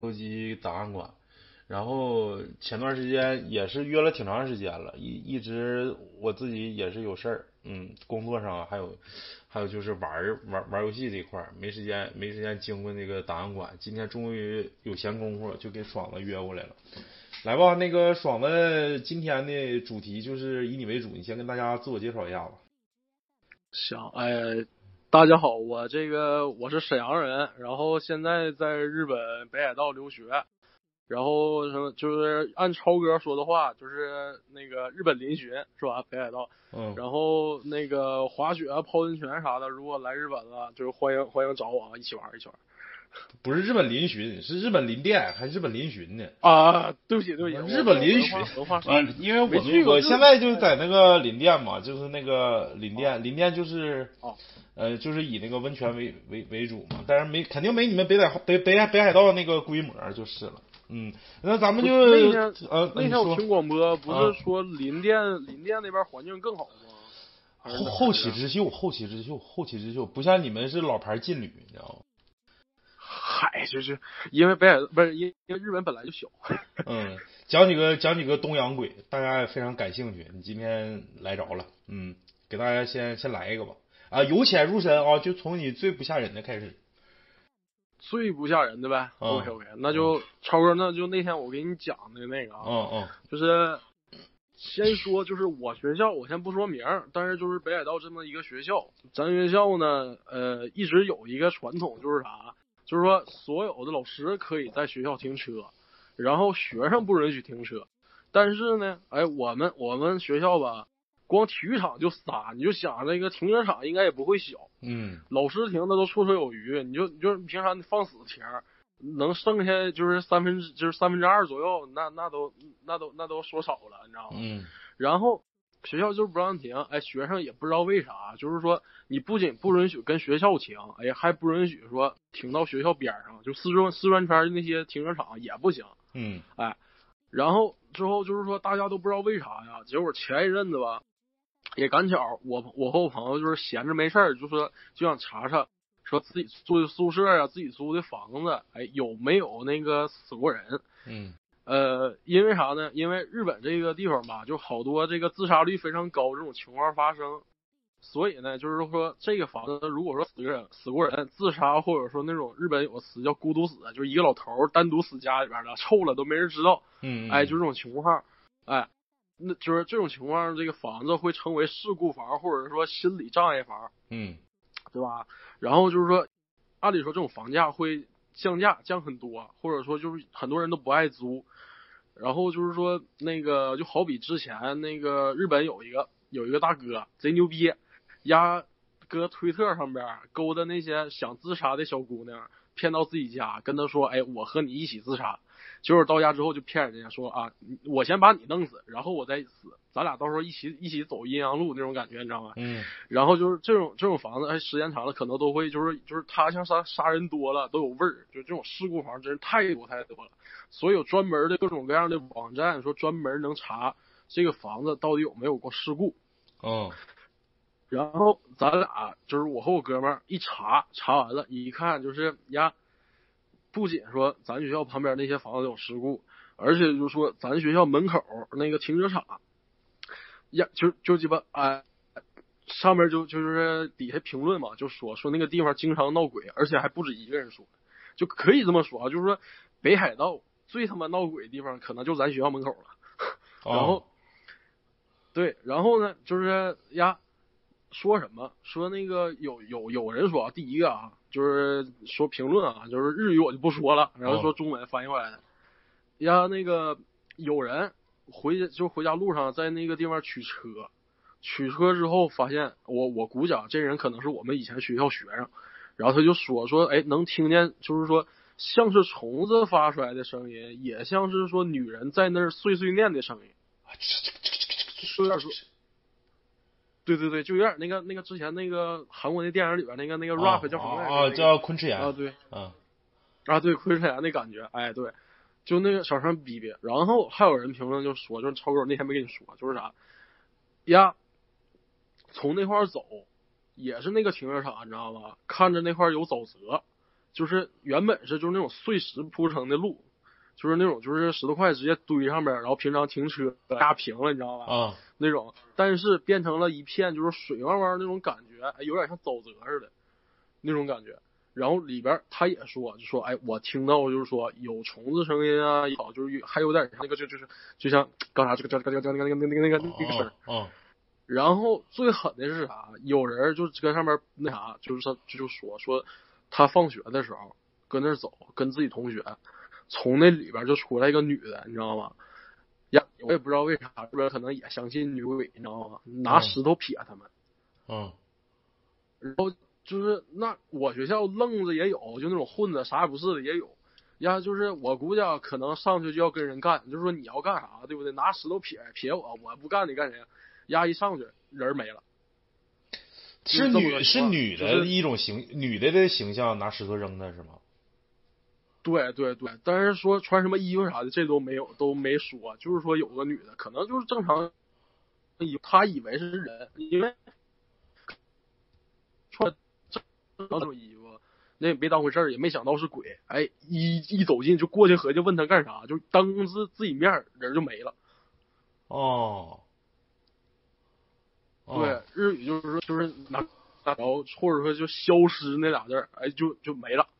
收集档案馆。然后前段时间也是约了挺长时间了，一直我自己也是有事儿，工作上还有就是玩游戏这一块儿，没时间经过那个档案馆。今天终于有闲工夫，就给爽子约过来了。来吧，那个爽子，今天的主题就是以你为主，你先跟大家自我介绍一下吧。 行，大家好，我是沈阳人，然后现在在日本北海道留学，然后什么就是按超哥说的话，就是那个日本嶙峋是吧？北海道，然后那个滑雪啊、泡温泉啥的，如果来日本了，就是欢迎找我一起玩一起玩。 不是日本嶙峋，是日本林甸，还是日本嶙峋呢？ 啊，对不起， 日本嶙峋。 文化因为我现在就在那个林甸嘛，就是那个林甸就是就是以那个温泉为主嘛，但是肯定没你们北海道那个规模就是了。那咱们就那天我听广播不是说林甸那边环境更好吗？ 后起之秀，不像你们是老牌劲旅，你知道吗？ 嗨，就是因为北海不是因为日本本来就小。 讲几个东洋鬼，大家也非常感兴趣。你今天来着了，给大家先来一个吧。由浅入深啊，就从你最不吓人的开始。 最不吓人的呗。OK， 那就超哥，那就那天我给你讲的那个就是先说，就是我学校，我先不说名，但是就是北海道这么一个学校，咱学校呢，一直有一个传统，就是啥，就是说所有的老师可以在学校停车，然后学生不允许停车。但是呢，我们学校吧，光体育场就仨，你就想那个停车场应该也不会小，老师停的都绰绰有余，你就平常放死停，能剩下就是三分之二左右，那都说少了，你知道吗？然后学校就是不让停，学生也不知道为啥，就是说你不仅不允许跟学校停，还不允许说停到学校边上，就四转圈那些停车场也不行，然后之后就是说大家都不知道为啥呀，结果前一阵子吧，也赶巧我和我朋友就是闲着没事儿，就想查查，说自己住的宿舍啊，自己租的房子，有没有那个死过人？因为啥呢？因为日本这个地方吧，就好多这个自杀率非常高这种情况发生，所以呢，就是说这个房子如果说死过人自杀，或者说那种日本有个词叫孤独死，就是一个老头单独死家里边的，臭了都没人知道，就这种情况，那就是这种情况，这个房子会称为事故房，或者说心理障碍房，对吧？然后就是说，按理说这种房价会降很多，或者说就是很多人都不爱租。然后就是说那个就好比之前那个日本有一个大哥贼牛逼，搁推特上边勾搭那些想自杀的小姑娘，骗到自己家，跟他说，我和你一起自杀。结果到家之后就骗人家说我先把你弄死，然后我再死，咱俩到时候一起走阴阳路那种感觉，你知道吗？然后就是这种房子，时间长了可能都会就是他像杀人多了都有味儿，就这种事故房真是太多了。所以有专门的各种各样的网站说专门能查这个房子到底有没有过事故。然后咱俩就是我和我哥们儿一查完了，一看就是不仅说咱学校旁边那些房子有事故，而且就说咱学校门口那个停车场就鸡巴上面就是底下评论嘛，就说那个地方经常闹鬼，而且还不止一个人说，就可以这么说就是说北海道最他妈闹鬼的地方可能就咱学校门口了。然后对，然后呢就是说什么说那个有人说第一个就是说评论就是日语我就不说了，然后说中文翻译过来的。那个有人回家路上在那个地方取车之后发现我估计这人可能是我们以前学校学生，然后他就说能听见就是说像是虫子发出来的声音，也像是说女人在那儿碎念的声音，有点说对，就有点那个之前那个韩国那电影里边那个 rap 叫什么来着？ 叫昆池岩对，对，昆池岩那感觉，对，就那个小声逼逼。然后还有人评论就说，就是超哥那天没跟你说，就是啥从那块走也是那个停车场，你知道吧？看着那块有沼泽， 就是原本是就是那种碎石铺成的路，就是那种就是石头块直接堆上边，然后平常停车压平了，你知道吧？ 啊， 那种，但是变成了一片就是水汪汪那种感觉，有点像沼泽似的那种感觉。然后里边他也说，就说，哎，我听到就是说有虫子声音啊，也好，就是还有点像那个就像刚才这个那个声。然后最狠的是啥？有人就跟上面那啥，就是说他放学的时候跟那走，跟自己同学从那里边就出来一个女的，你知道吗？呀，我也不知道为啥，是不是可能也相信女鬼，你知道吗？拿石头撇他们。然后就是那我学校愣子也有，就那种混子啥也不是的也有。呀，就是我估计可能上去就要跟人干，就是说你要干啥，对不对？拿石头撇我，我不干你干谁？呀，一上去人没了。 是女的一种女的形象拿石头扔的是吗？ 对，但是说穿什么衣服啥的这都没有，都没说，就是说有个女的，可能就是正常，他以为是人，因为穿正常衣服，那也没当回事儿，也没想到是鬼，哎，一走近就过去合计问他干啥，就当自己面人就没了。对，日语就是说就是拿然后或者说就消失那俩字儿，哎，就没了。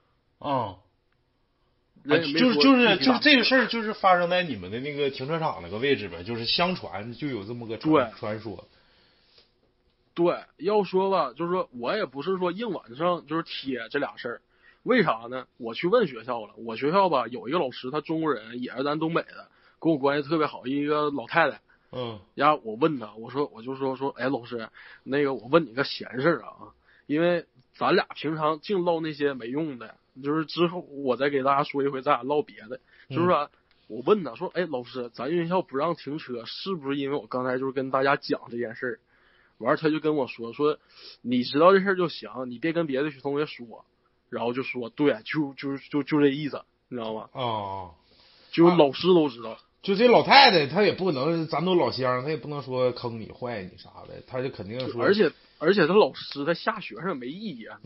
就是这个事儿，就是发生在你们的那个停车场那个位置呗，就是相传就有这么个传说。 对，要说吧，就是说我也不是说硬往上就是贴这俩事儿，为啥呢？我去问学校了，我学校吧有一个老师，他中国人，也是咱东北的，跟我关系特别好，一个老太太。我问他，我就说，哎，老师，那个我问你个闲事啊，因为咱俩平常净唠那些没用的，就是之后我再给大家说一回，咱俩唠别的。就是说，我问他说，哎，老师，咱学校不让停车，是不是因为我刚才就是跟大家讲这件事儿？完他就跟我说，你知道这事儿就行，你别跟别的同学说。然后就说，对，就这意思，你知道吗？就老师都知道。 就这老太太，她也不能，咱都老乡，她也不能说坑你、坏你啥的，她就肯定说。 而且她老师，她吓学生没意义啊。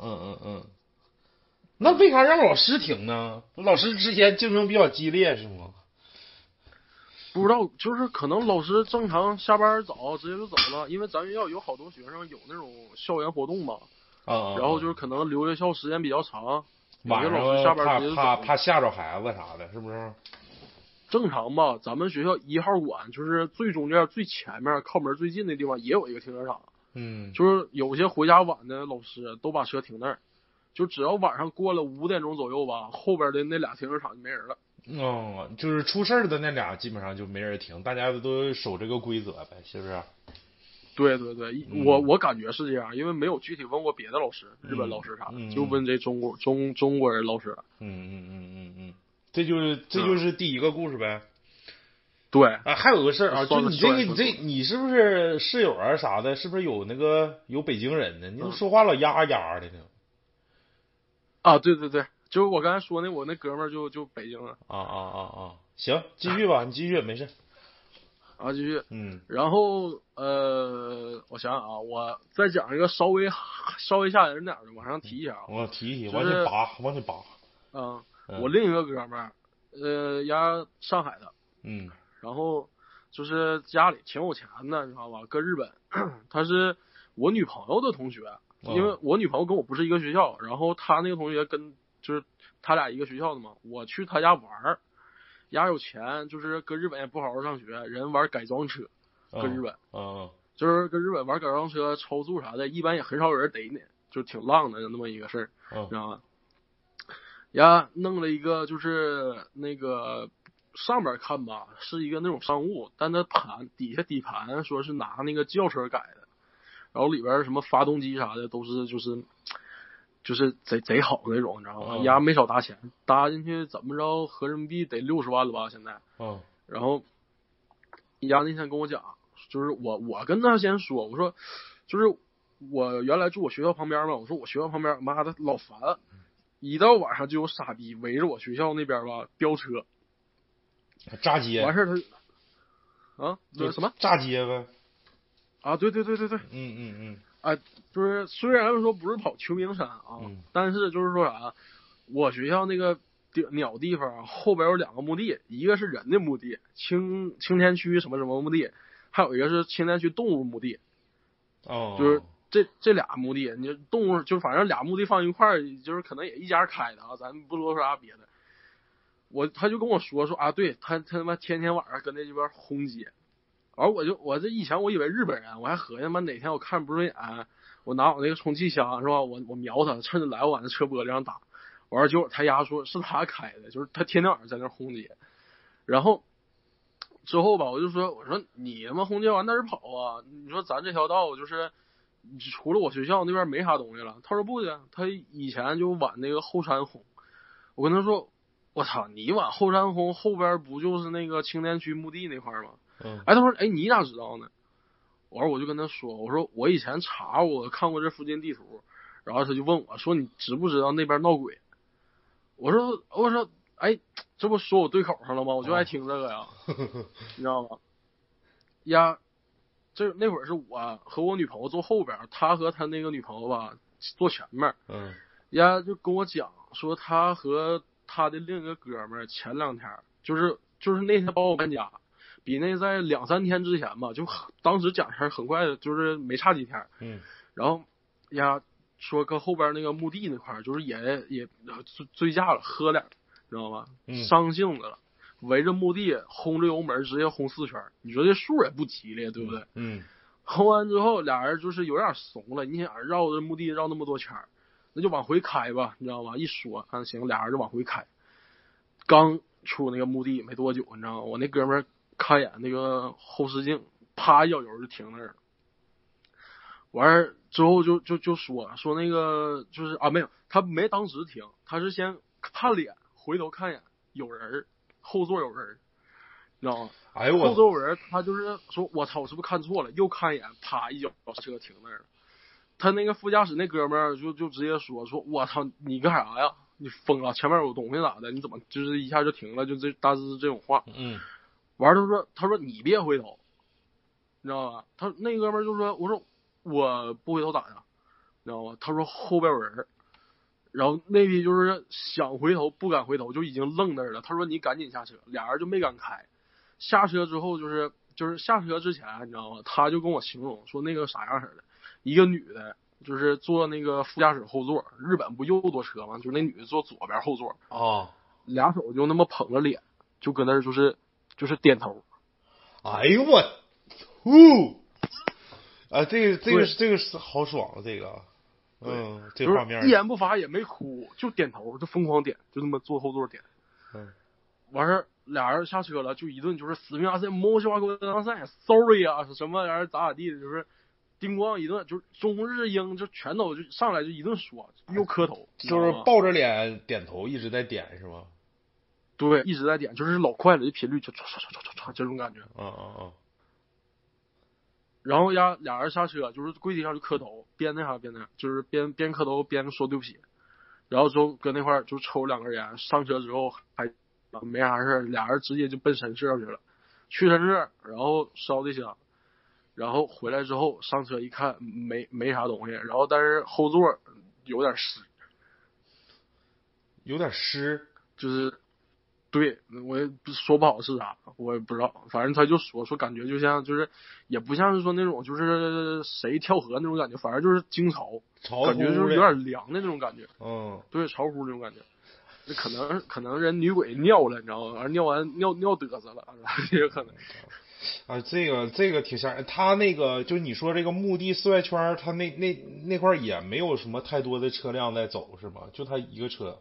那为啥让老师停呢？老师之前竞争比较激烈是吗？ 不知道，就是可能老师正常下班早，直接就走了，因为咱学校有好多学生有那种校园活动嘛。然后就是可能留学校时间比较长， 晚上老师下班直接怕吓着孩子啥的，是不是？ 正常吧，咱们学校1号馆就是最中间最前面靠门最近的地方也有一个停车场。就是有些回家晚的老师都把车停那儿，就只要晚上过了5点钟左右吧，后边的那俩停车场就没人了。 就是出事的那俩基本上就没人停，大家都守这个规则呗，是不是？ 对，我感觉是这样，因为没有具体问过别的老师，日本老师啥的，就问这中国人老师。 这就是第一个故事呗。 对还有个事儿啊，就你是不是室友啊啥的？是不是有北京人呢？你说话老哑哑的呢？ 对，就是我刚才说我那哥们儿就北京的。 行，继续吧，你继续，没事。 继续。然后我想想啊，我再讲一个稍微吓人点的，往上提一下啊。 我提一提，往前拔。 我另一个哥们儿，上海的。然后就是家里挺有钱的，你知道吧？搁日本，他是我女朋友的同学，因为我女朋友跟我不是一个学校，然后他那个同学就是他俩一个学校的嘛。我去他家玩儿，家有钱，就是搁日本也不好好上学，人玩改装车，搁日本，就是搁日本玩改装车、超速啥的，一般也很少有人逮你，就挺浪的那么一个事儿，你知道吗？弄了一个就是那个。上边看吧是一个那种商务，但它底下底盘说是拿那个轿车改的，然后里边什么发动机啥的都是就是贼好那种，你知道吗？没少搭钱，搭进去怎么着合人民币得60万了吧现在。然后那天跟我讲，就是我跟他先说，我说就是我原来住我学校旁边嘛，我说我学校旁边妈的老烦，一到晚上就有傻逼围着我学校那边吧飙车。 炸街完事他对什么炸街呗？ 对。 啊，就是虽然说不是跑秋名山啊，但是就是说啥，我学校那个鸟地方后边有2个墓地，一个是人的墓地，青田区什么什么墓地，还有一个是青田区动物墓地。 哦， 就是这俩墓地，你动物就反正俩墓地放一块儿，就是可能也一家开的啊，咱不说啥别的。他就跟我说啊，对他妈天天晚上跟那边轰街，而我这以前我以为日本人，我还合计他妈哪天我看不顺眼，我拿我那个充气枪是吧，我瞄他，趁着来我往那车玻璃上打，完了结果他丫说是他开的，就是他天天晚上在那轰街，然后之后吧，我说你他妈轰街完那儿跑啊，你说咱这条道就是除了我学校那边没啥东西了，他说不的，他以前就往那个后山轰，我跟他说。我操！你往后山轰后边不就是那个青田区墓地那块吗？他说，你咋知道呢？我就跟他说，我说我以前查过，看过这附近地图，然后他就问我说，你知不知道那边闹鬼？我说，这不说我对口上了吗？我就爱听这个呀，你知道吗？呀，那会儿是我和我女朋友坐后边，他和他那个女朋友吧坐前面，呀就跟我讲说他和他的另一个哥们儿前2天就是那天帮我搬家，比那在2-3天之前吧，就当时讲是很快的，就是没差几天。然后呀说跟后边那个墓地那块就是也醉驾了，喝点，知道吗？伤性子了，围着墓地轰着油门直接轰4圈，你说这数也不吉利，对不对？轰完之后俩人就是有点怂了，你想绕着墓地绕那么多圈。那就往回开吧，你知道吗？一说行，俩人就往回开。刚出那个墓地没多久，你知道吗？我那哥们儿看眼那个后视镜，啪一脚油就停那儿了。完之后就说那个就是没有，他没当时停，他是先看脸，回头看眼有人，后座有人，你知道吗？后座有人，他就是说我操，我是不是看错了？又看一眼，啪一脚车停那儿了。他那个副驾驶那哥们儿就直接说我操，你干啥呀？你疯了？前面有东西咋的？你怎么就是一下就停了？就这大致是这种话。完了他说你别回头，你知道吧？他那哥们儿就说我说我不回头咋的？你知道吗？他说后边有人，然后那批就是想回头不敢回头，就已经愣那儿了。他说你赶紧下车，俩人就没敢开。下车之后就是下车之前，你知道吗？他就跟我形容说那个啥样式的。一个女的，就是坐那个副驾驶后座，日本不右舵车吗？就是那女的坐左边后座，俩手就那么捧着脸，就搁那儿就是点头。 哎呦我，这个是好爽，这个，这画面一言不发也没哭，就点头，就疯狂点，就那么坐后座点。完事俩人下车了，就一顿就是死命赛、摩西瓦国当赛 ，sorry 啊，什么玩意儿咋地的，就是叮咣一顿，就是中日英就全都就上来就一顿说，又磕头， 就是抱着脸点头，一直在点是吗？ 对，一直在点，就是老快了，这频率就唰这种感觉。然后俩人下车，就是跪地上就磕头，边那啥边那，就是边磕头边说对不起。然后之后搁那块儿就抽2根烟，上车之后还没啥事，俩人直接就奔神社去了。去神社，然后烧的香，然后回来之后上车一看没啥东西，然后但是后座有点湿， 就是对我也说不好是啥，我也不知道，反正他就说感觉就像就是也不像是说那种就是谁跳河那种感觉，反正就是惊潮感觉就是有点凉的那种感觉。对，潮乎那种感觉。这可能人女鬼尿了，你知道吗？尿完尿嘚瑟了，也可能。 这个挺吓人。他那个就你说这个墓地4外圈，他那块也没有什么太多的车辆在走是吗？就他一个车。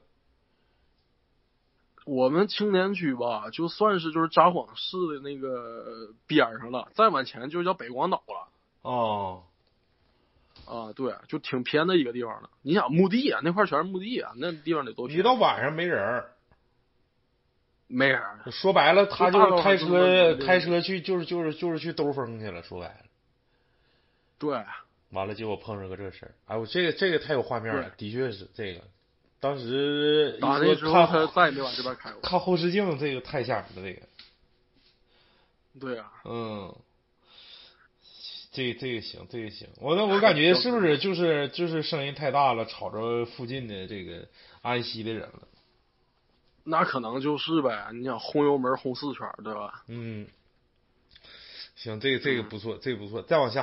我们青年区吧，就算是就是札幌市的那个边上了，再往前就叫北广岛了。对，就挺偏的一个地方了。你想墓地啊，那块全是墓地啊，那地方得多偏。 一到晚上没人。 没人。 说白了，他就是开车去，就是去兜风去了。说白了。 对。 完了，结果碰上个这事儿。哎，我这个太有画面了，的确是这个。当时打那时候他再也没往这边开过。 看后视镜，这个太吓人了，这个。 对啊。 这个行，这个行。我感觉是不是就是声音太大了，吵着附近的这个安溪的人了。 那可能就是呗，你想轰油门轰4圈，对吧？ 嗯，行，这个不错，这个不错。再往下。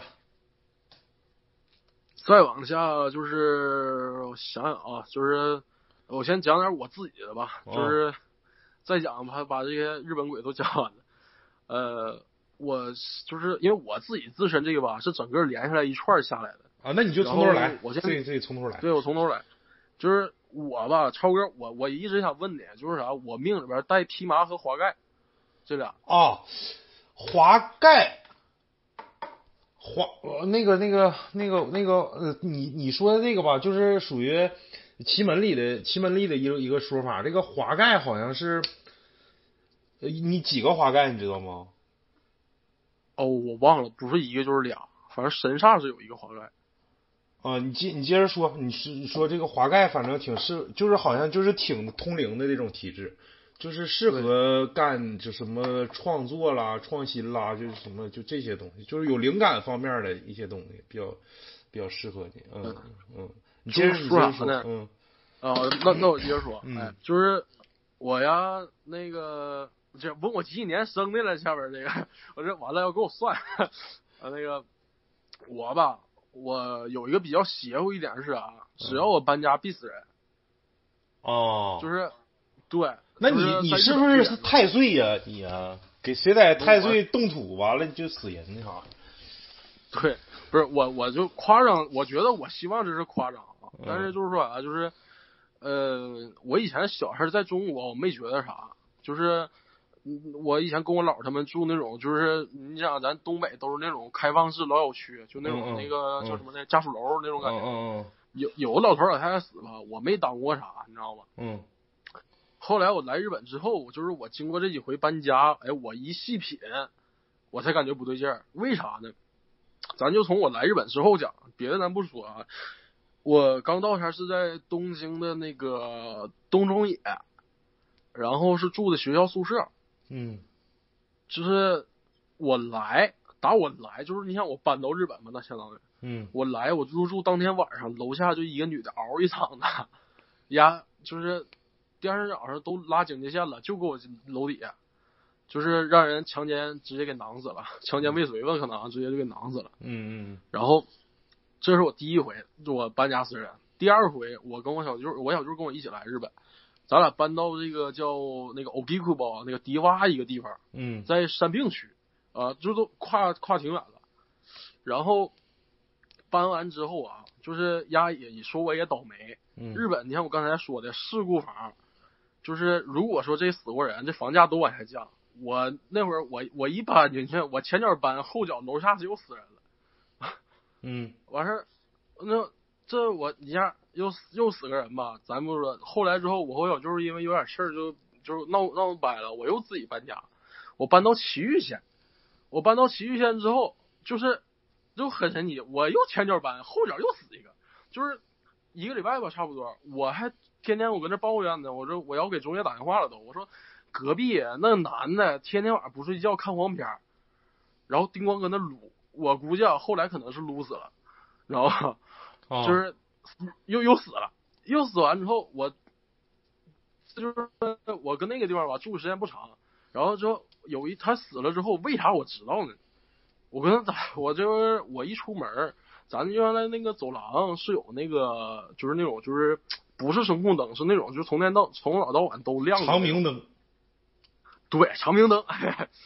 再往下就是我想想啊，就是我先讲点我自己的吧，就是再讲把这些日本鬼都讲完了。我就是因为我自己自身这个吧，是整个连下来一串下来的啊。那你就从头来， 我先这从头来。 对，我从头来。就是我吧，超哥，我一直想问你，就是啥？我命里边带披麻和华盖这俩啊，华盖。那个，你说的这个吧，就是属于奇门里的一个说法。这个华盖好像是，你几个华盖你知道吗？ 哦，我忘了，不是一个就是俩，反正神煞是有一个华盖。 啊，你接着说，你说这个华盖，反正就是好像就是挺通灵的这种体质。就是适合干就什么创作啦、创新啦，就是什么就这些东西，就是有灵感方面的一些东西，比较适合你。你接着说啥呢？ 那我接着说，就是我呀，那个这问我几年生的了，下边这个我这完了要给我算那个我吧，我有一个比较邪乎一点是啥，只要我搬家必死人。 哦， 就是对。 那你是不是太岁呀？你呀，给谁在太岁动土完了就死人那啥？ 对，不是我就夸张，我觉得我希望这是夸张，但是就是说啊，就是我以前小时候在中国我没觉得啥，就是我以前跟我姥他们住那种，就是你想咱东北都是那种开放式老小区，就那种那个叫什么那家属楼那种感觉。有老头老太太死吧，我没当过啥，你知道吗？后来我来日本之后，就是我经过这几回搬家，我一细品，我才感觉不对劲儿。为啥呢？咱就从我来日本之后讲，别的咱不说啊。我刚到这是在东京的那个东中野，然后是住的学校宿舍。就是我来，就是你想我搬到日本嘛，那相当于，我来我入住当天晚上，楼下就一个女的嗷一嗓子，呀，就是第二天早上都拉警戒线了，就给我楼底下，就是让人强奸，直接给囊死了，强奸未遂吧，可能直接就给囊死了。然后这是我第一回我搬家死人，第二回我跟我小舅跟我一起来日本，咱俩搬到这个叫那个 Ogikubo 那个迪洼一个地方，在山并区，就都跨挺远了。然后搬完之后啊，就是也说我也倒霉。日本你看我刚才说的事故房，就是如果说这死过人，这房价都往下降。我那会儿我一搬进去，我前脚搬，后脚楼下就又死人了。完事儿，那这我一下又死个人吧，咱不说。后来之后，我和小舅因为有点事儿就闹掰了，我又自己搬家，我搬到埼玉县。我搬到埼玉县之后，就很神奇，我又前脚搬，后脚又死一个，就是1个礼拜吧，差不多。我还天天我跟这抱怨呢，我说我要给中介打电话了都，我说隔壁那男的天天晚上不睡觉看黄片，然后叮咣搁那撸，我估计后来可能是撸死了，然后就是又死了，又死完之后就是我跟那个地方吧住时间不长，然后之后他死了之后，为啥我知道呢？我一出门，咱原来那个走廊是有那个就是那种就是不是声控灯，是那种就是从早到晚都亮的长明灯。 对，长明灯。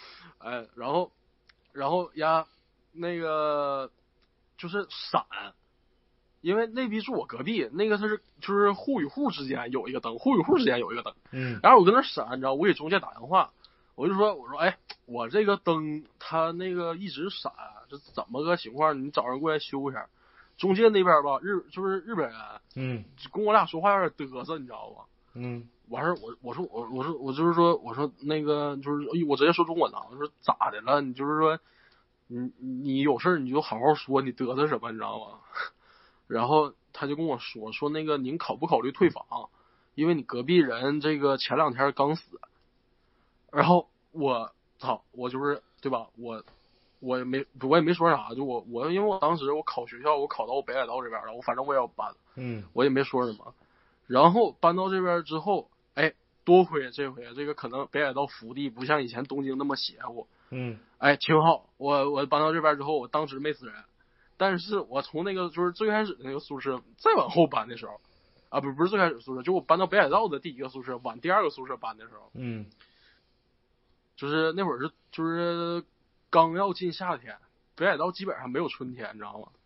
然后那个就是闪，因为那逼住我隔壁，那个就是户与户之间有一个灯，然后我跟那闪，你知道，我给中介打电话，我说我这个灯它那个一直闪，这怎么个情况？你找人过来修一下。中介那边吧，就是日本人，跟我俩说话有点嘚瑟，你知道吧？完事儿我就是说我说那个就是我直接说中文了，我说咋的了？你就是说你有事你就好好说，你嘚瑟什么你知道吗？然后他就跟我说那个您考不考虑退房？因为你隔壁人这个前2天刚死。然后我就是对吧？ 我也没说啥，就我因为我当时我考学校，我考到北海道这边了，我反正我也要搬，我也没说什么。然后搬到这边之后，哎，多亏这回这个可能北海道福地不像以前东京那么邪乎，哎，挺好。我搬到这边之后，我当时没死人，但是我从那个就是最开始那个宿舍再往后搬的时候，啊，不是最开始宿舍，就我搬到北海道的第一个宿舍，往第二个宿舍搬的时候，就是那会儿就是刚要进夏天，北海道基本上没有春天，你知道吗？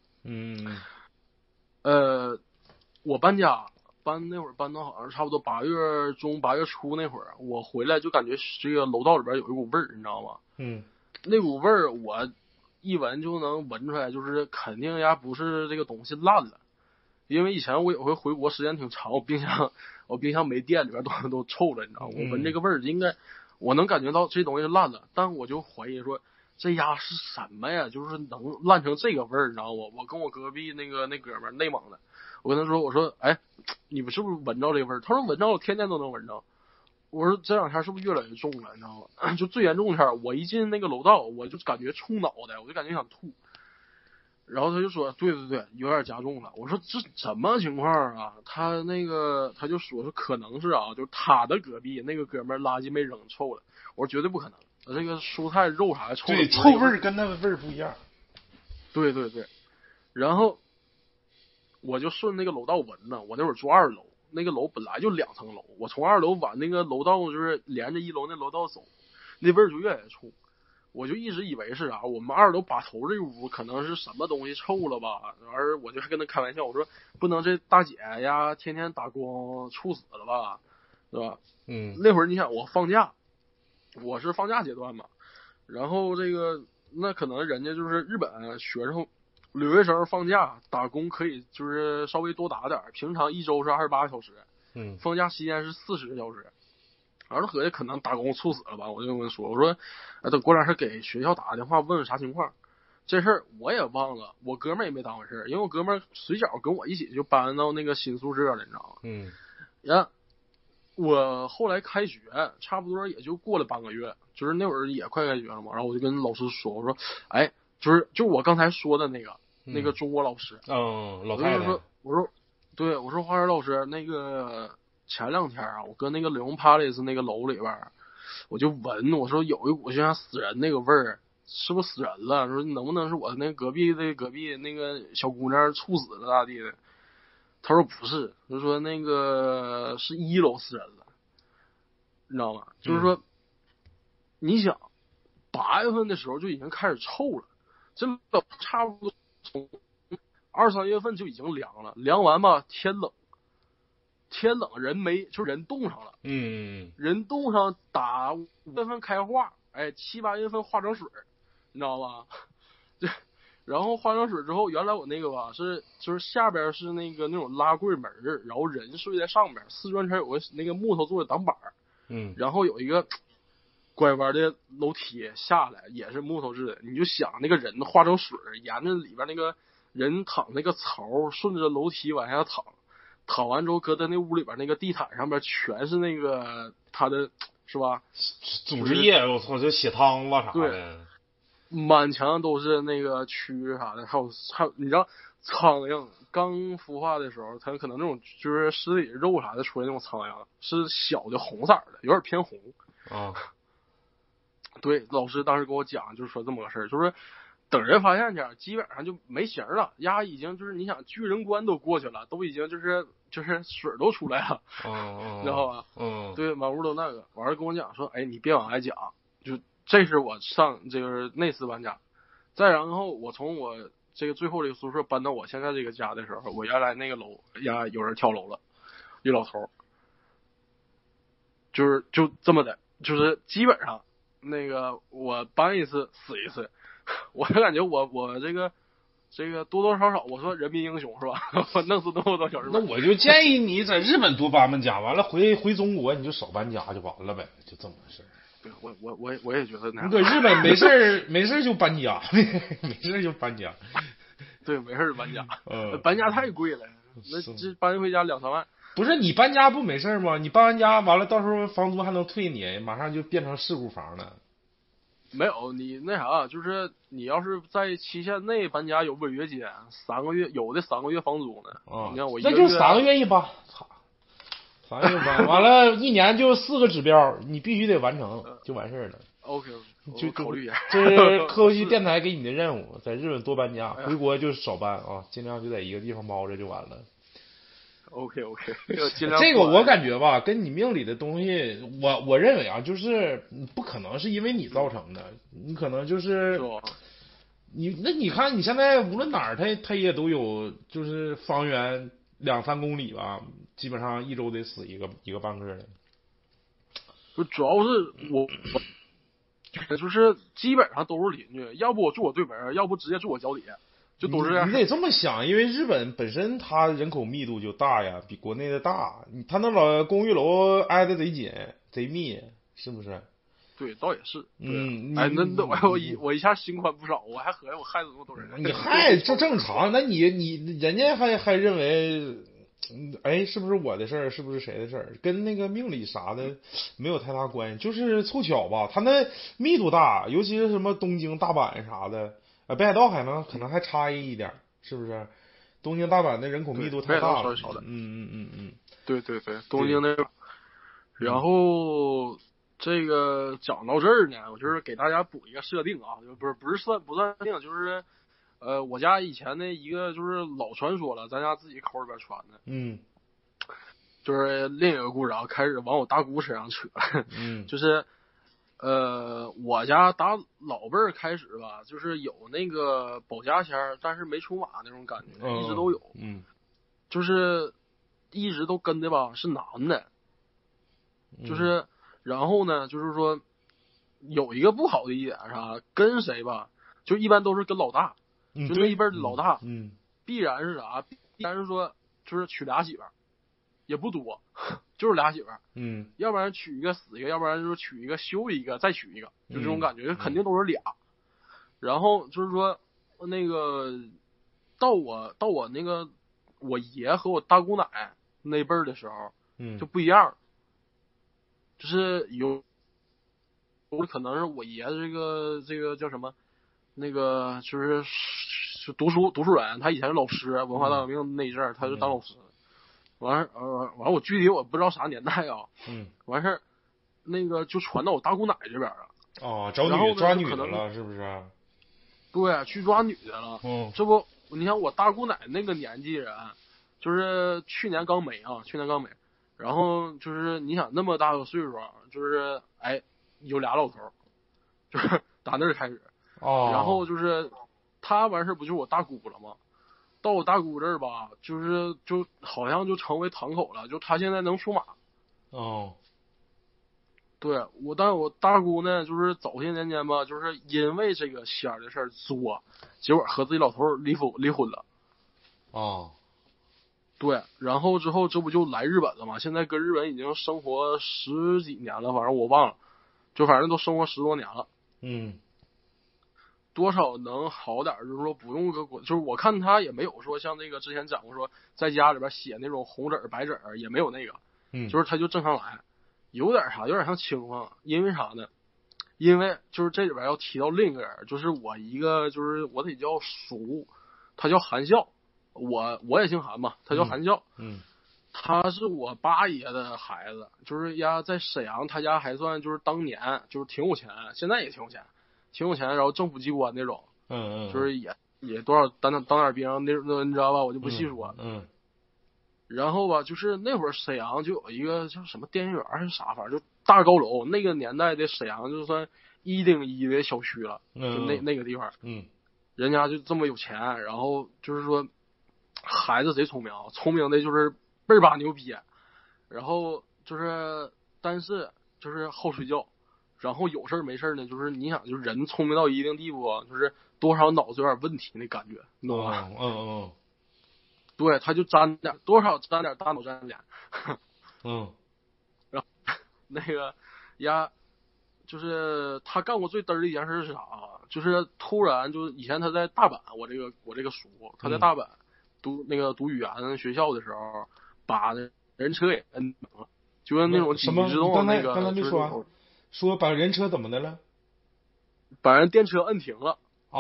我搬家那会儿搬到好像差不多8月中8月初那会儿，我回来就感觉这个楼道里边有一股味儿，你知道吗？那股味儿我一闻就能闻出来，就是肯定呀不是这个东西烂了，因为以前我有回回国时间挺长，我冰箱没电，里边都臭了，你知道吗？我闻这个味儿应该我能感觉到这东西是烂了，但我就怀疑说这鸭是什么呀？就是能烂成这个味儿，你知道吗？我跟我隔壁那哥们儿内蒙的，我跟他说，我说，哎，你们是不是闻着这味儿？他说闻着，我天天都能闻着。我说这两天是不是越来越重了？你知道吗？就最严重的天，我一进那个楼道，我就感觉冲脑袋，我就感觉想吐。然后他就说，对，有点加重了。我说这什么情况啊？他就说可能是啊，就是他的隔壁那个哥们儿垃圾没扔臭了。我说绝对不可能，这个蔬菜肉啥的臭。 对，臭味跟那个味儿不一样。 对。然后我就顺那个楼道闻呢，我那会儿住2楼，那个楼本来就2层楼，我从2楼往那个楼道就是连着1楼那楼道走，那味儿就越来越冲。我就一直以为是啥，我们2楼把头这屋可能是什么东西臭了吧，而我就还跟他开玩笑，我说不能这大姐呀天天打工猝死了吧，对吧？那会儿你想我放假，我是放假阶段嘛，然后这个那可能人家就是日本学生留学生放假打工可以就是稍微多打点，平常1周是28小时，放假期间是40个小时。然后合计可能打工猝死了吧，我就跟他说，我说，等过两天给学校打个电话问问啥情况。这事儿我也忘了，我哥们儿也没当回事，因为我哥们儿随脚跟我一起就搬到那个新宿舍了，你知道吗？然后我后来开学差不多也就过了半个月，就是那会儿也快开学了嘛，然后我就跟老师说，我说，哎，就是我刚才说的那个中国老师， 老太太， 我说，对，我说花儿老师那个。前2天啊，我跟那个李荣帕雷斯那个楼里边，我就闻，我说有一股就像死人那个味儿，是不是死人了？说能不能是我那隔壁那个小姑娘猝死了咋地的？他说不是，就说那个是1楼死人了，你知道吗？就是说，你想8月份的时候就已经开始臭了，这差不多从2、3月份就已经凉了，凉完吧天冷人冻上了，人冻上打5月份开化，哎，7、8月份化成水，你知道吧？然后化成水之后，原来我那个吧就是下边是那种拉柜门，然后人睡在上边，四专层有个那个木头做的挡板，然后有一个拐弯的楼梯下来，也是木头制的。你就想那个人化成水，沿着里边那个人躺那个槽，顺着楼梯往下躺完之后，搁在那屋里边那个地毯上边全是那个他的，是吧？ 组织液，我操，就血汤子啥的， 满墙都是那个蛆啥的，还有，你知道苍蝇刚孵化的时候，它可能那种就是尸体肉啥的出来那种苍蝇，是小的红色的，有点偏红啊。 对，老师当时跟我讲，就是说这么个事儿，就是等人发现去，基本上就没形了，鸭已经就是你想巨人关都过去了，都已经就是水都出来了，你知道吧？对，满屋都那个。完了跟我讲说，哎，你别往外讲，就这是我上就是那次搬家，再然后我从我这个最后这个宿舍搬到我现在这个家的时候，我原来那个楼呀有人跳楼了，一老头，就这么的，就是基本上那个我搬一次死一次。我感觉我这个多多少少，我说人民英雄是吧？我弄死那么多小日本。 那我就建议你在日本多搬家，完了回中国你就少搬家就完了呗，就这么回事。 对，我也觉得那样。 你搁日本没事就搬家，没事就搬家。 对，没事搬家。搬家太贵了，那这搬回家2、3万。 不是你搬家不没事吗？你搬完家完了，到时候房租还能退你，马上就变成事故房了。 没有你那啥，就是你要是在期限内搬家有违约金，3个月有的3个月房租呢。你看我一个月那就3个月一搬，操，3个月一搬，完了1年就4个指标，你必须得完成，就完事儿了。 OK， 就考虑一下。 这是科技电台给你的任务，在日本多搬家，回国就少搬啊，尽量就在一个地方猫着就完了。 OK， 这个我感觉吧，跟你命里的东西，我认为啊，就是不可能是因为你造成的，你可能就是你看你现在无论哪儿，它也都有，就是方圆2-3公里吧，基本上一周得死一个半个的。 就主要是我就是基本上都是邻居，要不我住我对门，要不直接住我脚底下。就都是你得这么想，因为日本本身它人口密度就大呀，比国内的大，它那老公寓楼挨得贼紧贼密，是不是？ 对，倒也是。 哎， 那我一下心宽不少，我还合计我害死那么多人。 你害这正常，那你人家还认为，哎，是不是我的事儿？是不是谁的事儿？跟那个命理啥的没有太大关系，就是凑巧吧。它那密度大，尤其是什么东京、大阪啥的。北海道可能还差异一点，是不是？东京、大阪的人口密度太大了。 对，东京那个。然后这个讲到这儿呢，我就是给大家补一个设定啊，就不算定，就是我家以前的一个就是老传说了，咱家自己口里边传的。就是另一个故事啊，开始往我大姑身上扯。就是我家打老辈儿开始吧，就是有那个保家仙儿，但是没出马那种感觉，一直都有。就是一直都跟的吧是男的，就是然后呢，就是说有一个不好的一点是啥，跟谁吧，就一般都是跟老大，就那一辈的老大，必然是啥？必然是说就是娶俩媳妇儿，也不多。就是俩媳妇儿，要不然娶一个死一个，要不然就是娶一个休一个，再娶一个，就这种感觉，肯定都是俩。然后就是说，那个到我那个我爷和我大姑奶那辈儿的时候，就不一样，就是有可能是我爷这个叫什么，那个就是读书人，他以前是老师，文化大革命那一阵儿，他就当老师。完我具体我不知道啥年代啊。完事儿，那个就传到我大姑奶这边了。 哦，抓女的了，是不是？ 对，去抓女的了。这不，你看我大姑奶那个年纪人，就是去年刚没。然后就是你想那么大个岁数，就是有俩老头，就是打那儿开始。然后就是他完事儿不就是我大姑了吗？到我大姑这儿吧，就好像就成为堂口了，就他现在能出马。对，但是我大姑呢，就是早些年间吧，就是因为这个仙儿的事儿作，结果和自己老头离婚了。对，然后之后这不就来日本了嘛？现在跟日本已经生活10几年了，反正我忘了，就反正都生活10多年了。多少能好点，就是说不用就是我看他也没有说像那个之前讲过说在家里边写那种红纸白纸，也没有那个，就是他就正常来，有点像清风，因为啥呢？因为就是这里边要提到另一个人，就是我一个就是我得叫叔，他叫韩笑，我也姓韩嘛，他叫韩笑。他是我八爷的孩子，就是在沈阳，他家还算就是当年就是挺有钱，现在也挺有钱，然后政府机关那种，就是也多少当点兵那你知道吧？我就不细说。然后吧，就是那会儿沈阳就有一个叫什么电影园还是啥，反正就大高楼，那个年代的沈阳就算1:1的小区了，就那个地方。人家就这么有钱，然后就是说孩子贼聪明，聪明的就是倍儿吧牛逼，然后就是但是就是好睡觉。然后有事没事呢，就是你想，就是人聪明到一定地步，就是多少脑子有点问题那感觉，你懂吗？对，他就多少沾点大脑沾脸。然后那个就是他干过最嘚儿的一件事是啥啊？就是突然就以前他在大阪，我这个叔他在大阪读语言学校的时候，把人车给摁了，就跟那种紧急制动那个。 刚才没说把人车怎么的了？ 把人电车摁停了。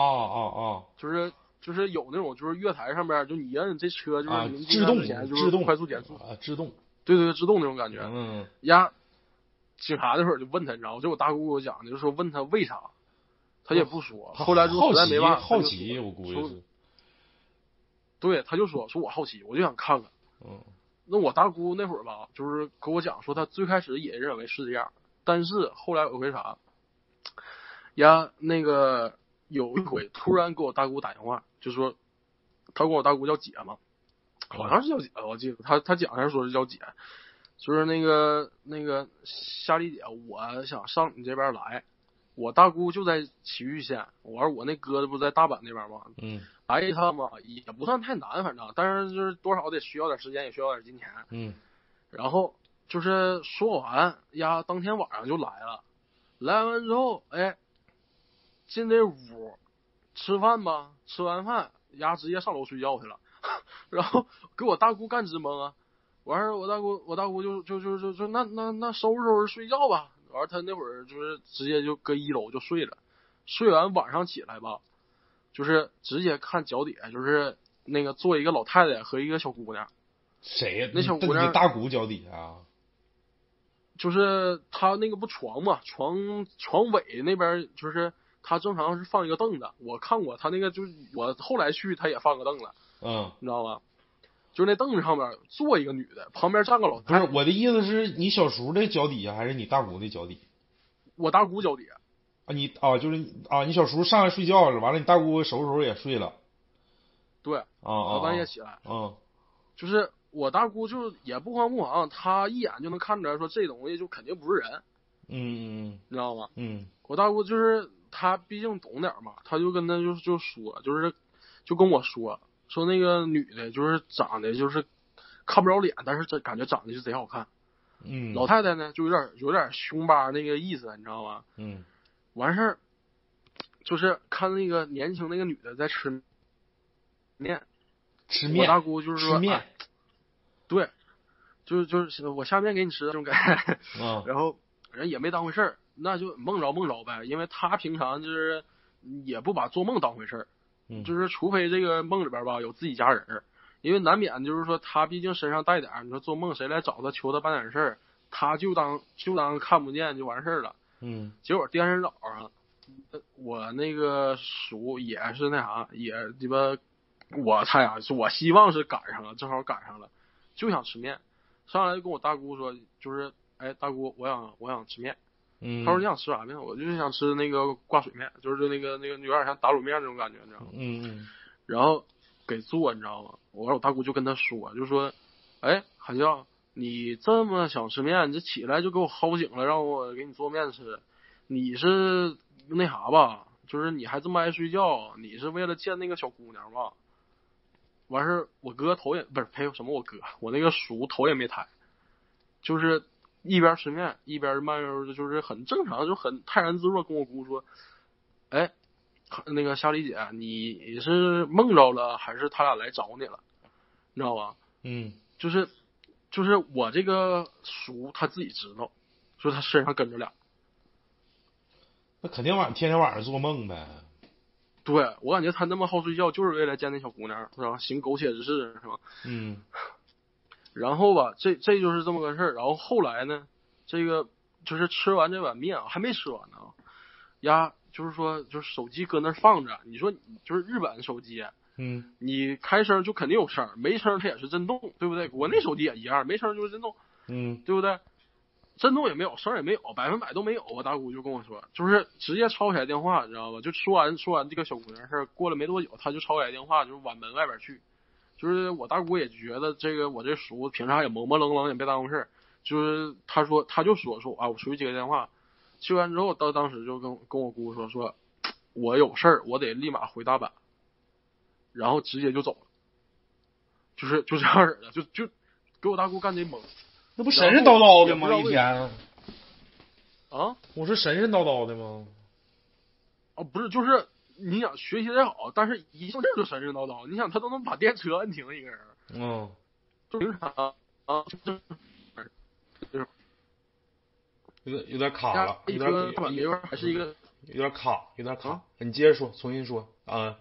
就是有那种就是月台上边就你摁这车就是临制动前就是快速减速制动。 对，制动那种感觉。警察那会儿就问他，你知道吗？就我大姑给我讲的，就说问他为啥，他也不说。后来就实在没办法， 好奇，我估计是。 对，他就说我好奇，我就想看看。那我大姑那会儿吧，就是跟我讲说，他最开始也认为是这样，但是后来有回啥，那个有一回突然给我大姑打电话，就说他管我大姑叫姐嘛，好像是叫姐，我记得他讲还是说是叫姐。就是那个夏丽姐，我想上你这边来，我大姑就在祁玉县，我那哥不在大阪那边吗？来一趟嘛，也不算太难，反正，但是就是多少得需要点时间，也需要点金钱。然后就是说完当天晚上就来了，来完之后，进这屋吃饭吧，吃完饭直接上楼睡觉去了，然后给我大姑干直懵啊。完事儿，我大姑就那收拾睡觉吧。完他那会儿就是直接就搁1楼就睡了，睡完晚上起来吧，就是直接看脚底下就是那个坐一个老太太和一个小姑娘。 谁呀？ 那小姑娘大姑脚底下。 就是他那个不床嘛，床尾那边就是他正常是放一个凳子，我看过他那个就是我后来去他也放个凳子，你知道吗？就是那凳子上面坐一个女的，旁边站个老太太。 不是，我的意思是你小叔的脚底下还是你大姑的脚底？ 我大姑脚底下。 就是你小叔上来睡觉了，完了你大姑收也睡了。 对。半夜起来。就是。我大姑就也不慌不忙，她一眼就能看出来说这东西就肯定不是人。你知道吗？我大姑就是她毕竟懂点嘛，她就跟他就说，就跟我说那个女的就是长得就是看不着脸，但是这感觉长得就贼好看。老太太呢就有点凶巴那个意思，你知道吗？完事儿就是看那个年轻那个女的在吃面。我大姑就是说吃面。 对，就是我下面给你吃这种感觉。然后人也没当回事儿，那就梦着呗，因为他平常就是也不把做梦当回事儿。就是除非这个梦里边吧有自己家人，因为难免就是说他毕竟身上带点，你说做梦谁来找他求他办点事儿，他就当看不见就完事儿了。结果第二天早上，我那个叔也是那啥，也鸡巴，我猜我希望是赶上了，正好赶上了。就想吃面，上来就跟我大姑说，就是大姑，我想吃面。他说你想吃啥面？我就是想吃那个挂水面，就是那个有点像打卤面那种感觉，你知道吗？然后给做，你知道吗？我大姑就跟他说，就说，海笑，你这么想吃面，你这起来就给我薅醒了，让我给你做面吃，你是那啥吧？就是你还这么爱睡觉，你是为了见那个小姑娘吧？完事儿，我哥头也不是陪什么，我那个叔头也没抬，就是一边吃面一边慢悠的，就是很正常，就很泰然自若，跟我姑说，那个夏丽姐，你是梦着了还是他俩来找你了？你知道吧？就是我这个叔他自己知道，说他身上跟着俩。 那肯定天天晚上做梦呗。 对，我感觉他那么好睡觉，就是为了见那小姑娘，是吧？行苟且之事，是吧？然后吧，这就是这么个事儿。然后后来呢，这个就是吃完这碗面还没吃完呢，就是说，就是手机搁那放着。你说，就是日本手机，你开声就肯定有声，没声它也是震动，对不对？国内手机也一样，没声就是震动，对不对？震动也没有，声也没有，100%都没有。我大姑就跟我说，就是直接抄起来电话，你知道吧？就说完这个小姑娘事儿，过了没多久，他就抄起来电话，就是往门外边去。就是我大姑也觉得这个我这叔平常也模模棱棱，也别当回事儿。就是他就说我出去接个电话，接完之后，当时就跟我姑说，我有事儿，我得立马回大阪，然后直接就走了。就这样式的，就给我大姑干这懵。 那不神神叨叨的吗？一天我说神神叨叨的吗？ 不是，就是你想学习得好，但是一上劲就神神叨叨。你想他都能把电车摁停一个人，就平常有点卡了，有点还是一个有点卡，你接着说，重新说啊。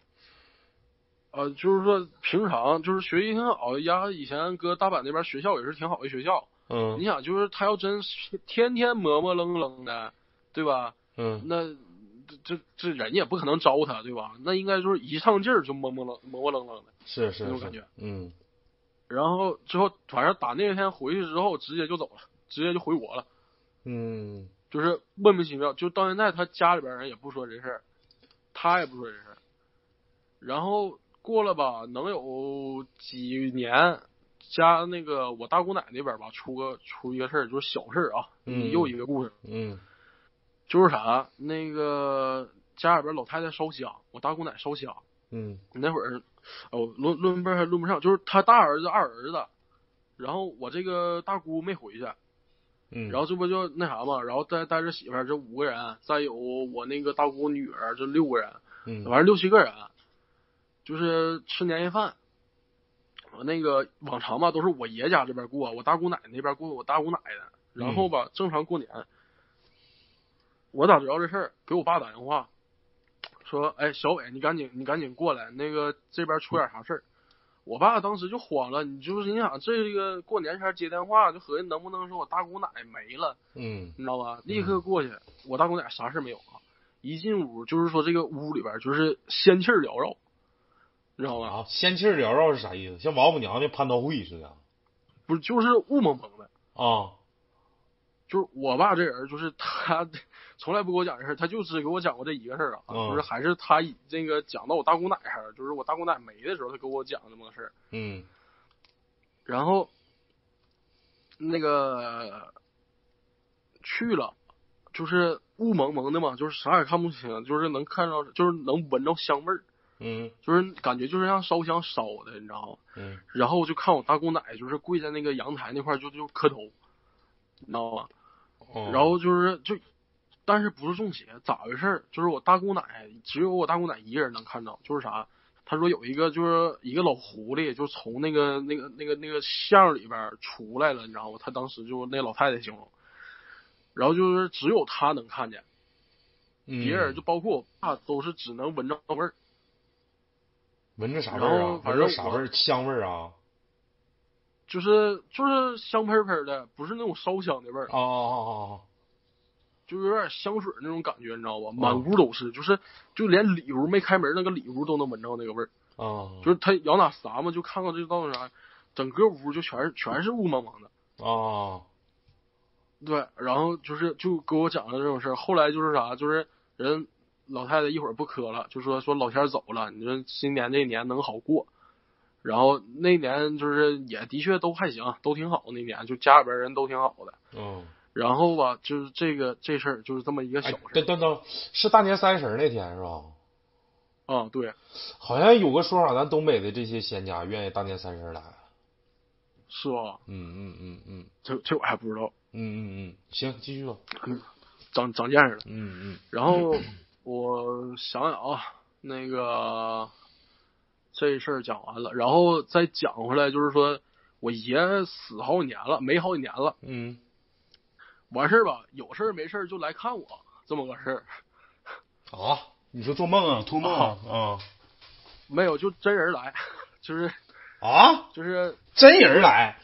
就是说平常就是学习挺好呀，以前搁大阪那边学校也是挺好的学校。你想，就是他要真天天磨磨愣愣的，对吧？那这人也不可能招他，对吧？那应该就是一上劲儿就磨磨愣愣的， 是那种感觉。 然后之后反正打那天回去之后，直接就走了，直接就回国了。就是莫名其妙，就到现在他家里边人也不说这事儿，他也不说这事儿。然后过了吧，能有几年，家那个我大姑奶那边吧，出一个事儿，就是小事啊，又一个故事。就是啥，那个家里边老太太烧香，我大姑奶烧香。那会儿论辈还论不上，就是他大儿子、二儿子，然后我这个大姑没回去。然后这不就那啥嘛，然后带着媳妇儿这5个人，再有我那个大姑女儿这6个人，反正6、7个人，就是吃年夜饭。我那个往常吧都是我爷家这边过，我大姑奶那边过我大姑奶的。然后吧正常过年，我咋知道这事儿？给我爸打电话说，哎，小伟，你赶紧过来，那个这边出点啥事儿。我爸当时就慌了，你想这个过年前接电话，就合计能不能说我大姑奶没了，你知道吧？立刻过去，我大姑奶啥事没有啊，一进屋就是说这个屋里边就是仙气缭绕，你知道吗？ 仙气缭绕是啥意思？像王母娘娘蟠桃会似的？ 不是，就是雾蒙蒙的啊。 就是我爸这人，就是他从来不给我讲这事，他就只给我讲过这一个事儿啊，就是还是他这个讲到我大姑奶上，就是我大姑奶没的时候，他给我讲这么个事儿。然后那个去了，就是雾蒙蒙的嘛，就是啥也看不清，就是能看到，就是能闻着香味儿。就是感觉就是像烧香烧的，你知道吗？然后就看我大姑奶就是跪在那个阳台那块就磕头，你知道吗？然后但是不是中邪，咋回事？就是我大姑奶只有我大姑奶一个人能看到，就是啥？他说有一个就是一个老狐狸，就从那个巷里边出来了，你知道吗？他当时就那老太太形容，然后就是只有他能看见，别人就包括我爸都是只能闻着味儿。 闻着啥味儿啊？闻着啥味儿？香味儿啊？ 就是香喷喷的，不是那种烧香的味儿。就有点香水那种感觉，你知道吧？满屋都是，就连里屋没开门那个里屋都能闻着那个味儿。就是他摇哪撒嘛，就看到这到啥，整个屋就全是雾蒙蒙的。对，然后就给我讲了这种事儿。后来就是啥，就是人老太太一会儿不磕了，就说老天走了，你说新年这年能好过。然后那年就是也的确都还行，都挺好。那年就家里边人都挺好的。然后吧，就是这事儿就是这么一个小事。 等，是大年30那天是吧？ 对。 好像有个说法，咱东北的这些仙家愿意大年30来。 是吧？这我还不知道。 行，继续吧。 长见识了。然后我想想啊，那个这事儿讲完了，然后再讲回来，就是说我爷死好几年了，没好几年了。完事儿吧，有事儿没事儿就来看我，这么个事儿。 你说做梦啊？托梦啊？ 没有，就真人来，就是就是真人来，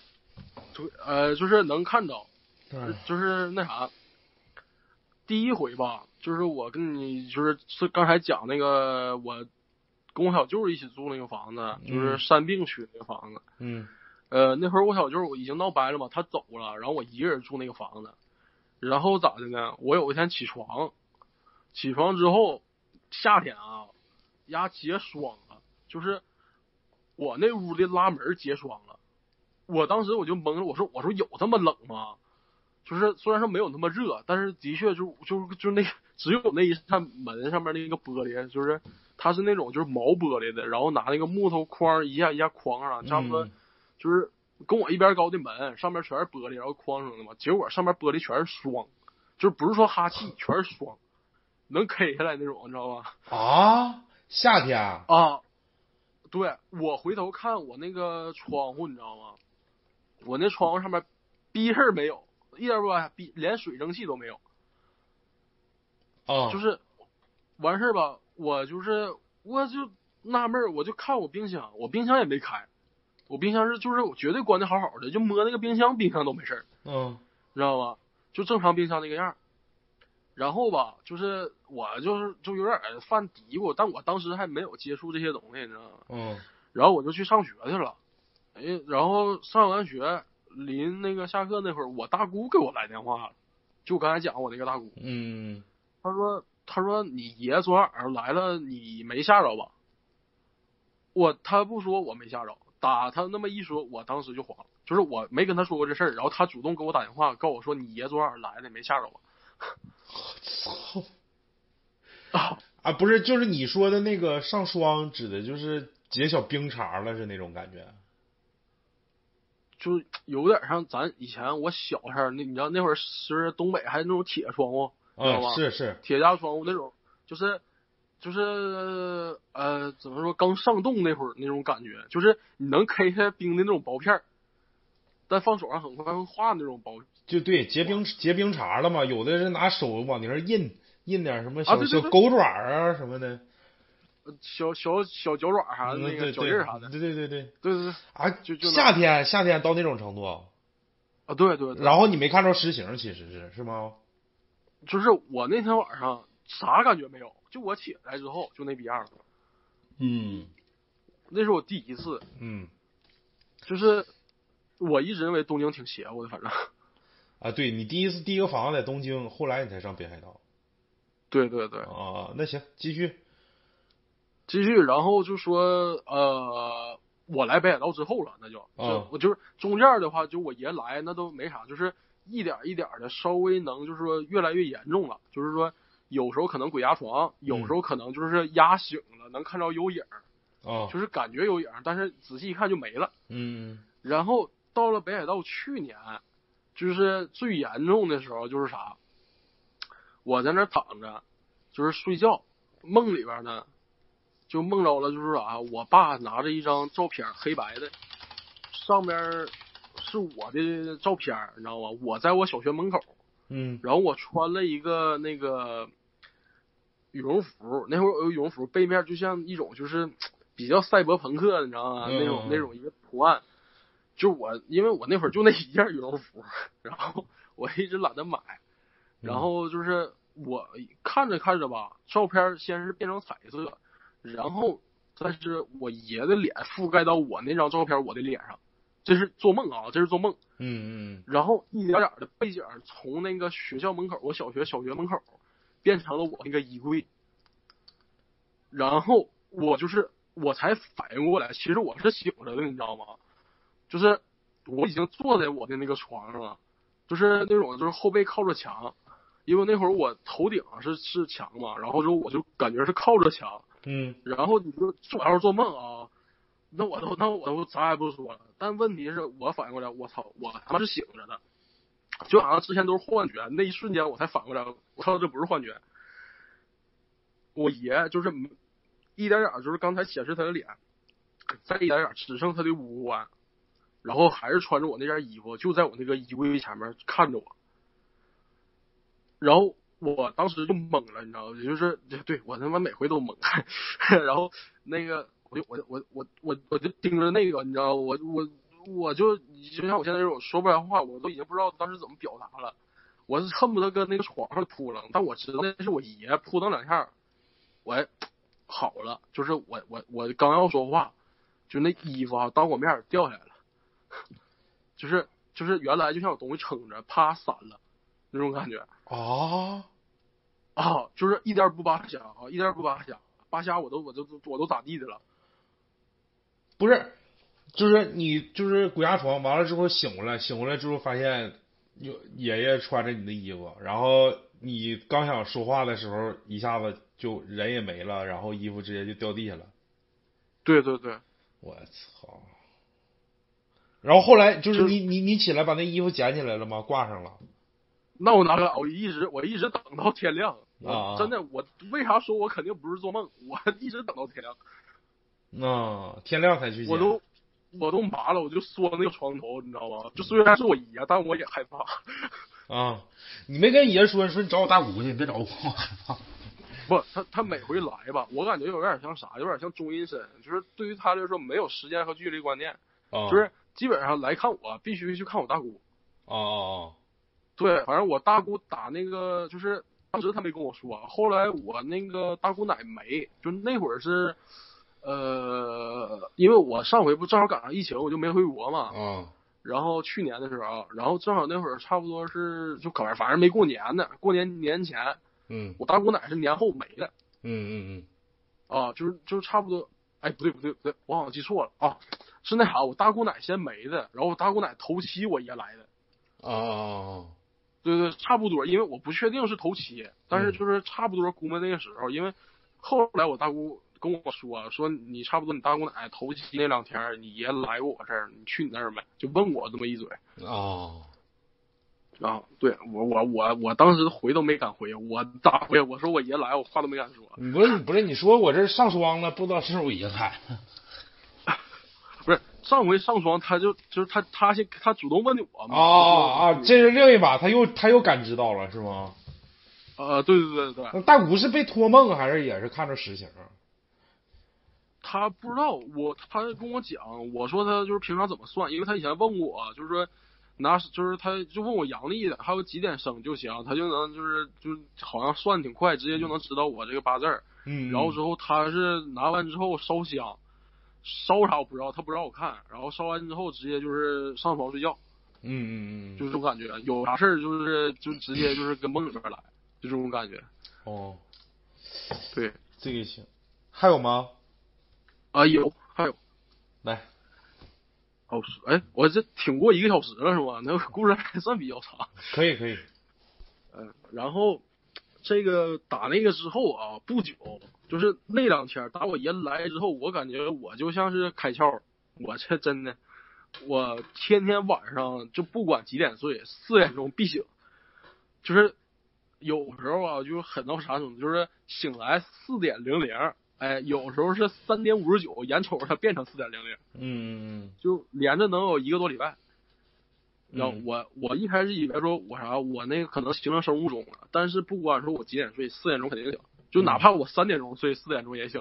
就是能看到，就是那啥。第一回吧，就是我跟你就是刚才讲那个，我跟我小舅一起住那个房子，就是山病区那个房子。那会儿我小舅已经闹掰了嘛，他走了，然后我一个人住那个房子。然后咋的呢？我有一天起床之后，夏天啊，结霜了，就是我那屋的拉门结霜了。我当时我就懵了，我说有这么冷吗？就是虽然说没有那么热，但是的确就那只有那一扇门上面那个玻璃，就是它是那种就是毛玻璃的，然后拿那个木头框一下框上，差不多就是跟我一边高的门，上面全是玻璃，然后框上的嘛。结果上面玻璃全是霜，就是不是说哈气，全是霜，能 K 下来那种，你知道吗？ 夏天对，我回头看我那个窗户，你知道吗？我那窗户上面逼事儿没有。一点不逼，连水蒸气都没有。 就是完事儿吧，我就纳闷，我就看我冰箱也没开，我冰箱就是我绝对关的好好的，就摸那个冰箱都没事儿，知道吧？就正常冰箱那个样。然后吧，就是我就有点犯嘀咕，但我当时还没有接触这些东西，你知道吗？然后我就去上学去了，然后上完学临那个下课那会儿，我大姑给我来电话了，就我刚才讲我那个大姑，他说你爷昨晚上来了，你没吓着吧？他不说我没吓着，打他那么一说，我当时就慌了，就是我没跟他说过这事儿，然后他主动给我打电话告我说你爷昨晚上来了，没吓着吧？ 我操！不是，就是你说的那个上霜，指的就是结小冰碴了，是那种感觉， 就有点像咱以前我小时候，你知道那会儿是东北还那种铁窗户，知道吧？ 是铁架窗户那种，就是怎么说，刚上冻那会儿那种感觉，就是你能 K 下冰的那种薄片，但放手上很快会化那种薄。 就对，结冰碴了嘛，有的是拿手往那上印点什么小狗爪啊什么的， 小脚爪啥的，那个脚印啥的。对就夏天到那种程度啊，对。 然后你没看着实行，其实是吗？ 就是我那天晚上啥感觉没有，就我起来之后就那逼样了。那是我第一次。就是我一直认为东京挺邪乎的，反正。 对，你第一个房子在东京，后来你才上北海道。 对。 那行，继续， 然后就说我来北海道之后了，那就我就是中间的话，就我爷来那都没啥，就是一点一点的稍微能就是说越来越严重了，就是说有时候可能鬼压床，有时候可能就是压醒了，能看着有影就是感觉有影，但是仔细一看就没了。然后到了北海道去年，就是最严重的时候就是啥，我在那躺着就是睡觉，梦里边呢就梦着了，就是啥，我爸拿着一张照片，黑白的，上面是我的照片，你知道吗？我在我小学门口，然后我穿了一个那个羽绒服，那会儿有羽绒服，背面就像一种就是比较赛博朋克，你知道吗？那种一个图案，就因为我那会儿就那一件羽绒服，然后我一直懒得买，然后就是我看着吧，照片先是变成彩色。然后，但是我爷的脸覆盖到我那张照片我的脸上，这是做梦啊，这是做梦。然后一点点的背景从那个学校门口，我小学门口，变成了我那个衣柜。然后我才反应过来，其实我是醒着的，你知道吗？就是我已经坐在我的那个床上了，就是那种就是后背靠着墙，因为那会儿我头顶是墙嘛，然后我就感觉是靠着墙。然后你说这玩意儿做梦啊，那我都啥也不说了。但问题是我反应过来，我操，我他妈是醒着的，就好像之前都是幻觉，那一瞬间我才反应过来，我操，这不是幻觉。我爷就是一点点，就是刚才显示他的脸，再一点点只剩他的五官，然后还是穿着我那件衣服，就在我那个衣柜前面看着我，然后。我当时就懵了，你知道吗？就是对我他妈每回都懵，然后那个我就盯着那个，你知道，我就像我现在这种说不出来话，我都已经不知道当时怎么表达了。我是恨不得跟那个床上扑棱，但我知道那是我爷扑腾两下，我好了，就是我刚要说话，就那衣服啊当我面掉下来了，就是原来就像有东西撑着，啪散了。那种感觉就是一点不扒瞎啊，一点不扒瞎，扒瞎我都咋地的了？ 不是，就是你就是鬼压床完了之后醒过来之后发现爷爷穿着你的衣服，然后你刚想说话的时候，一下子就人也没了，然后衣服直接就掉地下了。 对， 我操！然后后来就是你起来把那衣服捡起来了吗？挂上了。 那我哪敢？我一直等到天亮。真的，我为啥说我肯定不是做梦？我一直等到天亮。 天亮才去捡。 我都麻了，我就缩那个床头，你知道吗？就虽然是我爷，但我也害怕。 啊，你没跟爷说你找我大姑去，你别找我，害怕。 不，他每回来吧，我感觉有点像啥，有点像中阴身，就是对于他来说没有时间和距离观念，就是基本上来看我必须去看我大姑。对，反正我大姑打那个就是当时他没跟我说，后来我那个大姑奶没，就那会儿是因为我上回不正好赶上疫情，我就没回国嘛。然后去年的时候，然后正好那会儿差不多是就反正没过年呢，过年前。我大姑奶是年后没的。就是差不多，哎，不对，我好像记错了啊，是那啥，我大姑奶先没的，然后我大姑奶头七我爷来的。对，差不多，因为我不确定是头七，但是就是差不多估摸那个时候，因为后来我大姑跟我说你差不多你大姑奶头七那2天，你爷来过我这儿，你去你那儿没？就问我这么一嘴。对，我当时回都没敢回，我咋回？我说我爷来，我话都没敢说。 不是，你说我这上霜了，不知道是我爷来。 不是上回上霜，他他主动问的我嘛。这是另一把，他又感知到了是吗？ 对。 那大姑是被托梦还是也是看着实情？ 他不知道，他跟我讲，我说他就是平常怎么算，因为他以前问我，就是说就是他就问我阳历的，还有几点生就行，他就能就是好像算挺快，直接就能知道我这个八字。然后之后他是拿完之后烧香。烧啥我不知道，他不让我看，然后烧完之后直接就是上床睡觉。就这种感觉，有啥事儿就直接就是跟梦里边来，就这种感觉。对， 这个行。还有吗？ 有，还有。 来。 我这挺过1个小时了是吗？那个故事还算比较长。 可以。 然后这个打那个之后啊，不久。就是那2天打我爷来之后，我感觉我就像是开窍，我这真的，我天天晚上就不管几点睡，4点钟必醒，就是有时候啊就狠到啥程度，就是醒来4点00，有时候是3点59，眼瞅着它变成4点00，就连着能有1个多礼拜。然后我一开始以为说我那个可能形成生物钟了，但是不管说我几点睡，4点钟肯定醒。就哪怕我3点钟睡，4点钟也醒。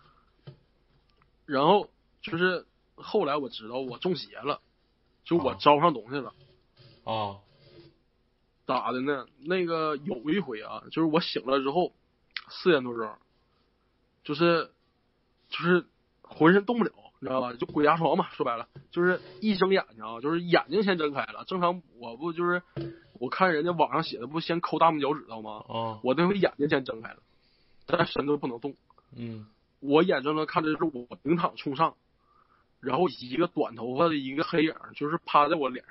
然后就是后来我知道我中邪了，就我招上东西了。咋的呢？那个有一回啊，就是我醒了之后，4点多钟，就是浑身动不了，你知道吧？就鬼压床嘛，说白了就是一睁眼睛啊，就是眼睛先睁开了。正常我看人家网上写的不先抠大拇脚趾头吗？我那回眼睛先睁开了。但身都不能动。我眼睁睁看着就是我平躺冲上，然后一个短头发的一个黑影就是趴在我脸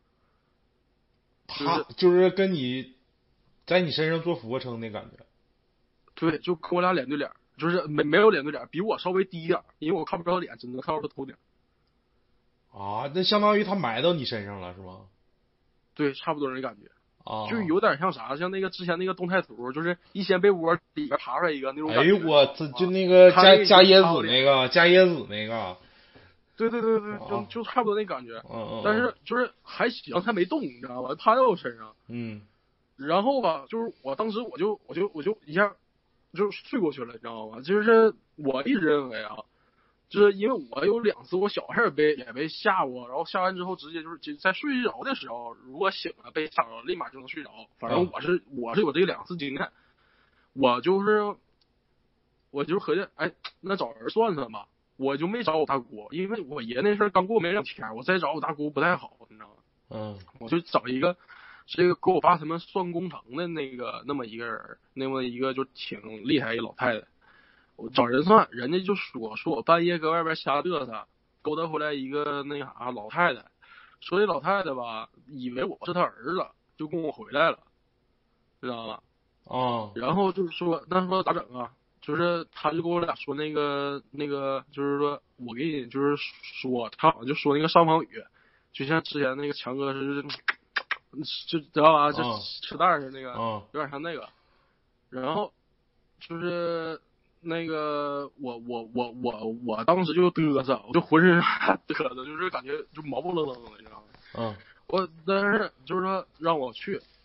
上， 就是跟你在你身上做俯卧撑那感觉。 对，就跟我俩脸对脸，就是没有脸对脸，比我稍微低一点，因为我看不着脸，只能看到他头顶。 那相当于他埋到你身上了是吗？ 对，差不多那感觉。就有点像啥，像那个之前那个动态图，就是一掀被窝里边爬出来一个那种感觉。 我就那个加椰子那个加椰子那个。 对，就差不多那感觉。但是就是还行，他没动，你知道吧？趴在我身上。然后吧，就是我当时我就一下就睡过去了，你知道吗？就是我一直认为啊。就是因为我有2次我小事也被吓过，然后吓完之后直接就是在睡着的时候，如果醒了被吓着，立马就能睡着。反正我是有这2次经验，我就合计，那找人算算吧。我就没找我大姑，因为我爷那事儿刚过没2天，我再找我大姑不太好，你知道吗？我就找一个这个给我爸他们算工程的那么一个人，那么一个就挺厉害一老太太。我找人算，人家就说我半夜搁外边瞎嘚瑟，勾搭回来一个那啥老太太，说这老太太吧，以为我是他儿子，就跟我回来了，知道吗？然后就是说，那说咋整啊？就是他就跟我俩说那个，就是说我给你就是说，他好像就说那个上方语，就像之前那个强哥是，就知道吧？就吃蛋似的那个，有点像那个。然后就是那个我当时就嘚瑟，我就浑身嘚瑟，就是感觉就毛不愣登的，你知道吗？但是就是说让我去，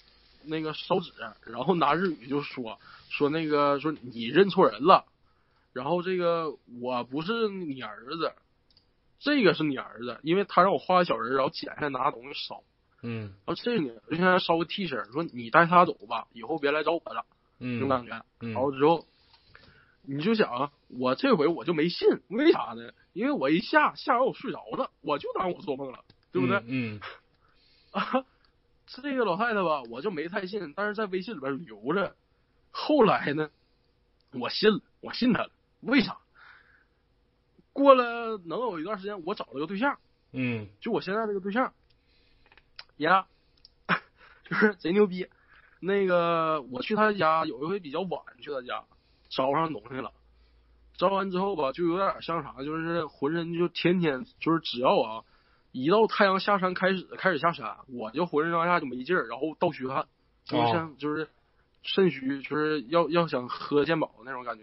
那个烧纸，然后拿日语就说那个说你认错人了，然后这个我不是你儿子，这个是你儿子，因为他让我画个小人，然后剪下来拿东西烧。然后这个呢，就现在烧个替身，说你带他走吧，以后别来找我了。这种感觉。然后之后，你就想啊，我这回我就没信，为啥呢？因为我一吓完我睡着了，我就当我做梦了，对不对？啊，这个老太太吧，我就没太信，但是在微信里边留着。后来呢，我信她了，为啥？过了能有一段时间，我找了个对象，就我现在这个对象。呀，就是贼牛逼。那个我去他家有一回比较晚去他家，招上东西了。招完之后吧，就有点像啥，就是浑身就天天就是只要啊，一到太阳下山开始下山，我就浑身上下就没劲儿，然后倒虚汗，就是像就是肾虚，就是要想喝健宝那种感觉。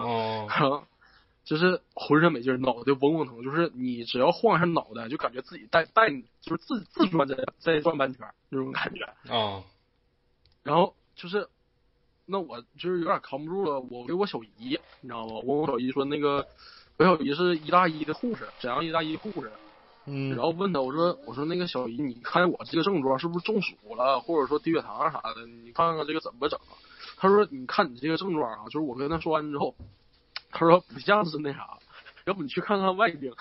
就是浑身没劲儿，脑袋嗡嗡疼，就是你只要晃一下脑袋，就感觉自己带就是自转在转半圈那种感觉。然后就是，那我就是有点扛不住了，我给我小姨，你知道吗？我小姨说那个，我小姨是医大一的护士，沈阳医大一护士。然后问她，我说那个小姨，你看我这个症状是不是中暑了，或者说低血糖啥的？你看看这个怎么整啊？她说你看你这个症状啊，就是我跟她说完之后。他说不像是那啥，要不你去看看外病。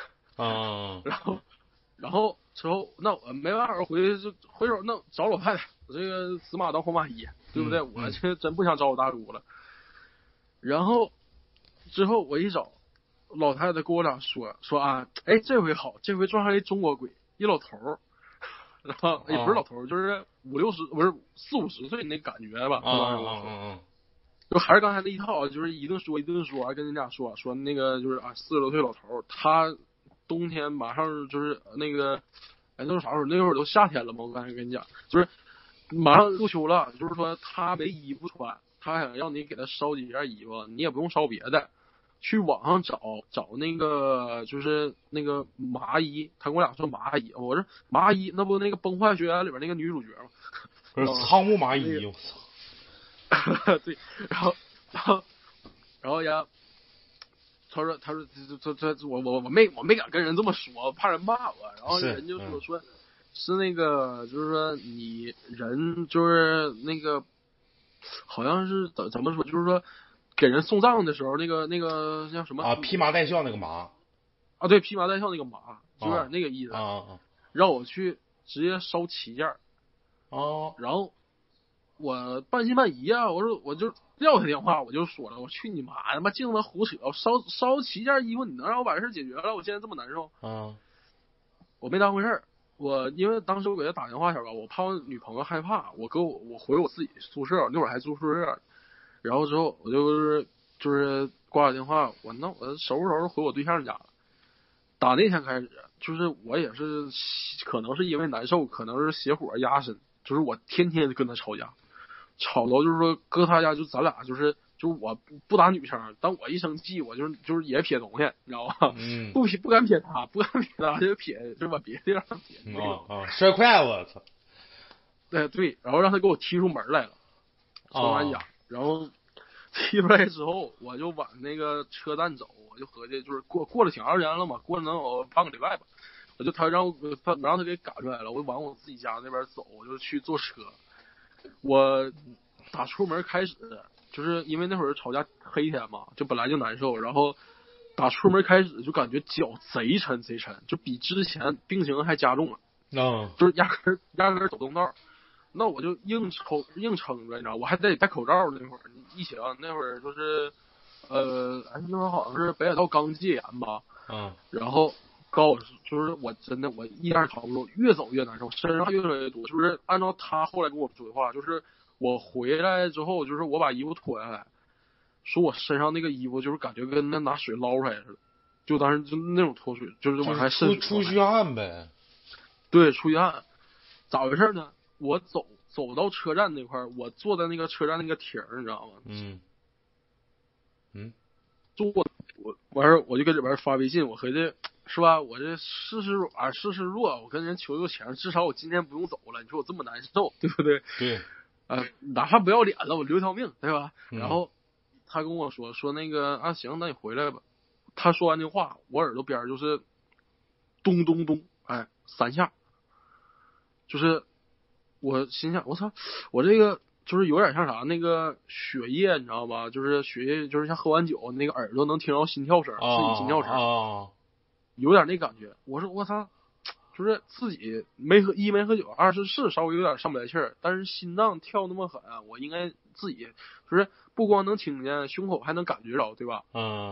然后之后那我没办法回手那找老太太，我这个死马当活马医，对不对？我这真不想找我大姑了。然后之后我一找老太太跟我俩说啊，哎，这回好，这回撞上一中国鬼，一老头儿，然后也不是老头儿，就是50-60，不是40-50岁那感觉吧。就还是刚才那一套，就是一顿说，还跟人家说那个就是啊，40多岁老头，他冬天马上就是那个，哎，那是啥时候？那会儿都夏天了嘛，我刚才跟你讲，就是马上入秋了，就是说他没衣服穿，他想让你给他烧几件衣服，你也不用烧别的，去网上找那个就是那个麻衣，他跟我俩说麻衣，我说麻衣，那不那个《崩坏学园》里边那个女主角吗？ 不是仓木麻衣，我操！ 对，然后呀，他说这我没敢跟人这么说，怕人骂我。然后人就说是那个就是说你人就是那个好像是怎么说，就是说给人送葬的时候那个叫什么啊，披麻戴孝那个麻啊，对，披麻戴孝那个麻，就有点那个意思让我去直接烧7件然后。我半信半疑啊！我说我就撂他电话，我就说了，我去你妈，他妈净他妈胡扯！烧7件衣服，你能让我把这事解决了？我现在这么难受我没当回事儿。我因为当时我给他打电话前吧，我怕我女朋友害怕，我回我自己宿舍，那会儿还住宿舍。然后之后我就是挂了电话，我收拾回我对象家了。打那天开始，就是我也是可能是因为难受，可能是邪火压身，就是我天天跟他吵架。吵到就是说搁他家就咱俩就是我不打女生，但我一生气我就是也撇东西，你知道吧？不敢撇他，就撇就把别的地方撇。 摔筷子，操！ 对，然后让他给我踢出门来了，吵完架，然后踢出来之后，我就往那个车站走，我就合计就是过了挺长时间了嘛，过了能有半个礼拜吧，他让他给赶出来了，我就往我自己家那边走，我就去坐车。我打出门开始，就是因为那会儿吵架黑天嘛，就本来就难受，然后打出门开始就感觉脚贼沉，就比之前病情还加重了。就是压根走不动道，那我就硬撑着，你知道，我还得戴口罩。那会儿疫情，那会儿就是那会儿好像是北海道刚戒严吧，然后就是我真的我一点扛不住，越走越难受，身上越来越多。就是按照他后来跟我说的话，就是我回来之后，就是我把衣服脱下来，说我身上那个衣服就是感觉跟那拿水捞出来似的，就当时就那种脱水，就是往下渗出虚汗呗。 对，出虚汗。咋回事呢？我走到车站那块儿，我坐在那个车站那个亭儿，你知道吗？我完事我就跟里边发微信，我合计是吧？我这事事弱，我跟人求钱，至少我今天不用走了。你说我这么难受，对不对？ 对。 哪怕不要脸了，我留条命，对吧？然后他跟我说那个啊，行，那你回来吧。他说完这话，我耳朵边就是咚咚咚，哎，3下，就是我心想，我操，我这个就是有点像啥，那个血液，你知道吧？就是血液，就是像喝完酒，那个耳朵能听到心跳声，自己心跳声，有点那感觉。我说我操，就是自己没喝酒，二是稍微有点上不来气儿，但是心脏跳那么狠，我应该自己就是不光能听见，胸口还能感觉着，对吧？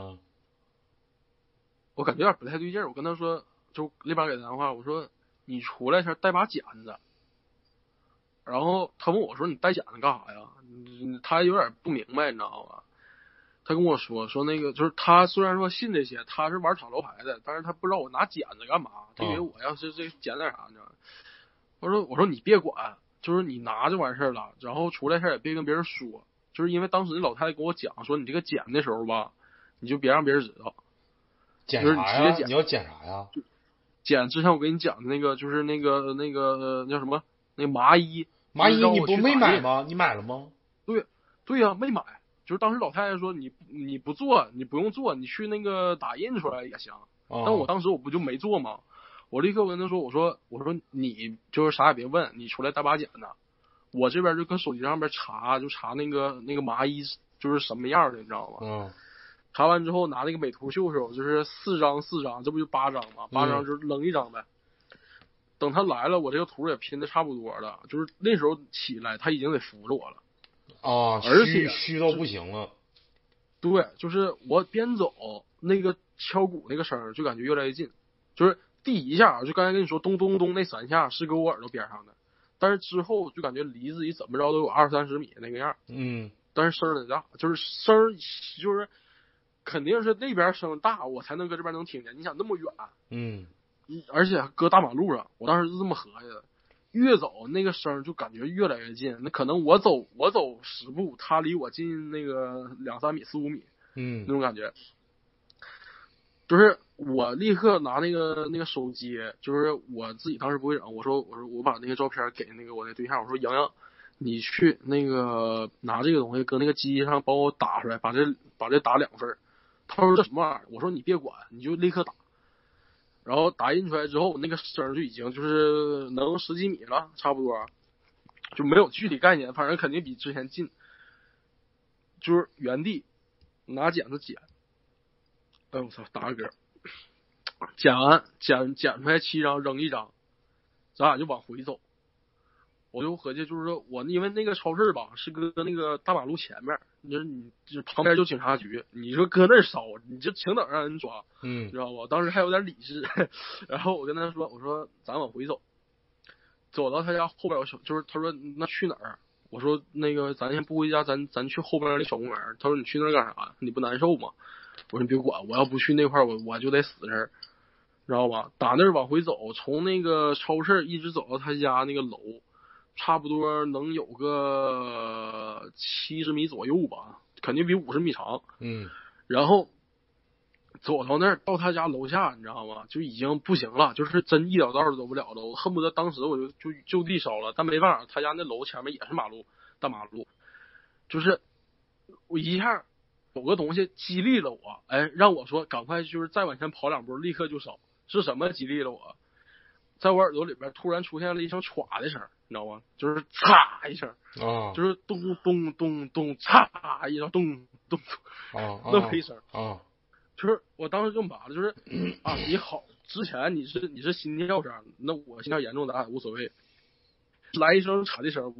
我感觉有点不太对劲儿，我跟他说，就那边给他电话，我说你出来前带把剪子。然后他问我说你带剪子干啥呀？他有点不明白，你知道吧？他跟我说那个就是他虽然说信这些，他是玩塔罗牌的，但是他不知道我拿剪子干嘛，他以为我要是这捡点啥呢。我说你别管，就是你拿就完事儿了，然后出来前也别跟别人说，就是因为当时那老太太跟我讲说你这个剪的时候吧，你就别让别人知道。 剪啥呀？你要剪啥呀？ 剪之前我跟你讲的那个就是那个叫什么？那麻衣你不没买吗？你买了吗？ 对呀，没买。就是当时老太太说你不做，你不用做，你去那个打印出来也行。但我当时我不就没做吗？我立刻跟他说，我说你就是啥也别问，你出来带把剪子，我这边就跟手机上边查，就查那个麻衣就是什么样的，你知道吗？查完之后拿那个美图秀秀，就是4张，这不就8张吗？8张就是扔一张呗。等他来了，我这个图也拼的差不多了，就是那时候起来他已经得服着我了。而且虚到不行了。 对，就是我边走，那个敲鼓那个声就感觉越来越近，就是第一下就刚才跟你说咚咚咚那3下是搁我耳朵边上的，但是之后就感觉离自己怎么着都有20-30米那个样。但是声儿大，就是声就是肯定是那边声大，我才能搁这边能听见。你想那么远，而且搁大马路上，我当时是这么合计的。越走那个声就感觉越来越近，那可能我走10步，他离我近那个2-3米、4-5米，那种感觉。就是我立刻拿那个手机，就是我自己当时不会整，我说我把那个照片给那个我那对象，我说洋洋，你去那个拿这个东西搁那个机上帮我打出来，把这打2份。他说这什么玩意儿？我说你别管，你就立刻打。然后打印出来之后，那个声就已经就是能10几米了，差不多，就没有具体概念，反正肯定比之前近。就是原地拿剪子剪，哎我操，打个嗝，剪完剪出来7张，扔1张，咱俩就往回走。我就合计就是说我因为那个超市吧是搁那个大马路前面，你就旁边就警察局，你说搁那儿烧，你就请等让人抓，知道不？当时还有点理智。然后我跟他说，我说咱往回走，走到他家后边，就是他说那去哪儿？我说那个咱先不回家，咱去后边那小公园。他说你去那儿干啥？你不难受吗？我说你别管，我要不去那块儿，我就得死这儿，知道吧？打那儿往回走，从那个超市一直走到他家那个楼。差不多能有个70米左右吧，肯定比50米长。然后走到那儿，到他家楼下，你知道吗？就已经不行了，就是真一条道都走不了了。我恨不得当时我就地烧了，但没办法，他家那楼前面也是马路，大马路。就是我一下有个东西激励了我，哎，让我说赶快就是再往前跑2步，立刻就烧。是什么激励了我？在我耳朵里边突然出现了一声歘的声，你知道吗？就是嚓一声，就是咚咚咚咚，嚓一声，咚咚，那么一声，就是我当时就麻了，就是你好，之前你是心跳声，那我心跳严重的无所谓，来一声嚓的声，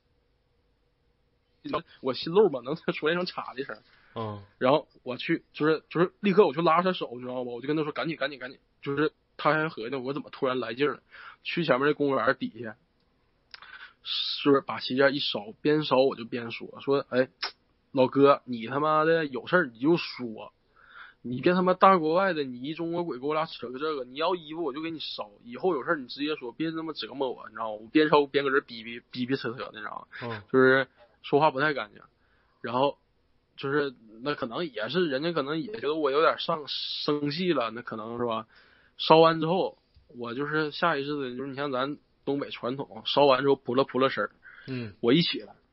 我心漏吧能出现一声嚓的声，然后我去就是立刻我去拉他手，你知道吗？我就跟他说赶紧，就是他还合计我怎么突然来劲了，去前面那公园底下，是把旗架一烧，边烧我就边说，哎，老哥，你他妈的有事你就说，你别他妈大国外的，你一中国鬼给我俩扯个这个，你要衣服我就给你烧，以后有事你直接说，别他妈折磨我，你知道吗？我边烧边搁这逼扯的，你知道吗？就是说话不太干净，然后就是那可能也是人家可能也觉得我有点生气了，那可能是吧。烧完之后，我就是下意识的，就是你像咱东北传统，烧完之后扑了声儿，我一起来，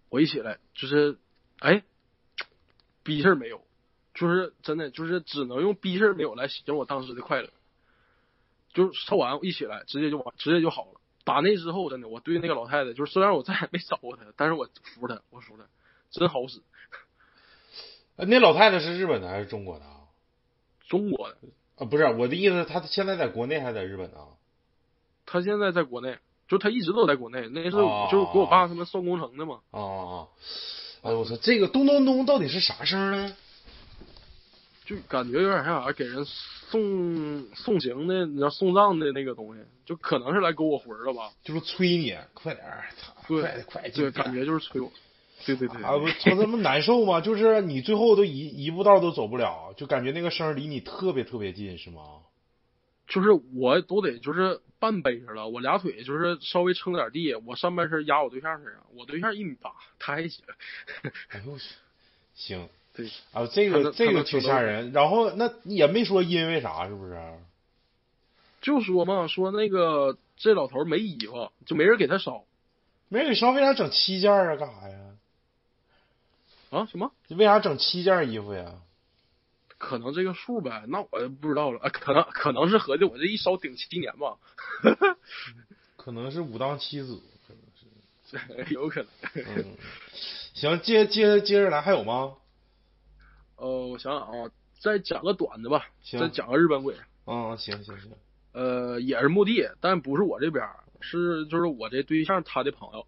我一起来就是哎，逼事儿没有，就是真的就是只能用逼事儿没有来形容我当时的快乐。就是抽完一起来直接就好了。打那之后真的我对那个老太太就是虽然我再也没找过她，但是我服她，真好使。 那老太太是日本的还是中国的啊？ 中国的啊，不是我的意思，她现在在国内还是在日本呢？ 她现在在国内，就她一直都在国内。那是就是给我爸他们送工程的嘛。 哎我操，这个咚咚咚到底是啥声呢？ 就感觉有点像啥给人送行的，你知道送葬的那个东西，就可能是来勾我魂了吧？ 就是催你快点，快对，感觉就是催我。对啊，我这么难受吗？就是你最后都一步道都走不了，就感觉那个声离你特别特别近，是吗？ 就是我都得就是半背着了，我俩腿就是稍微撑点地，我上半身压我对象身上，我对象1.8米，他还行。 哎呦，行。 对啊，这个挺吓人。然后那也没说因为啥，是不是？ 就说嘛，说那个这老头没衣服，就没人给他烧。 没人给烧，为啥整7件啊？干啥呀？ 啊？什么？ 为啥整7件衣服呀？ 可能这个数呗，那我不知道了。可能是合计我这一烧顶7年吧。 可能是武当妻子，可能是。有可能。 行，接着来，还有吗？ 我想想啊，再讲个短的吧。 行。 再讲个日本鬼。 行。 也是墓地，但不是我这边，就是我这对象他的朋友。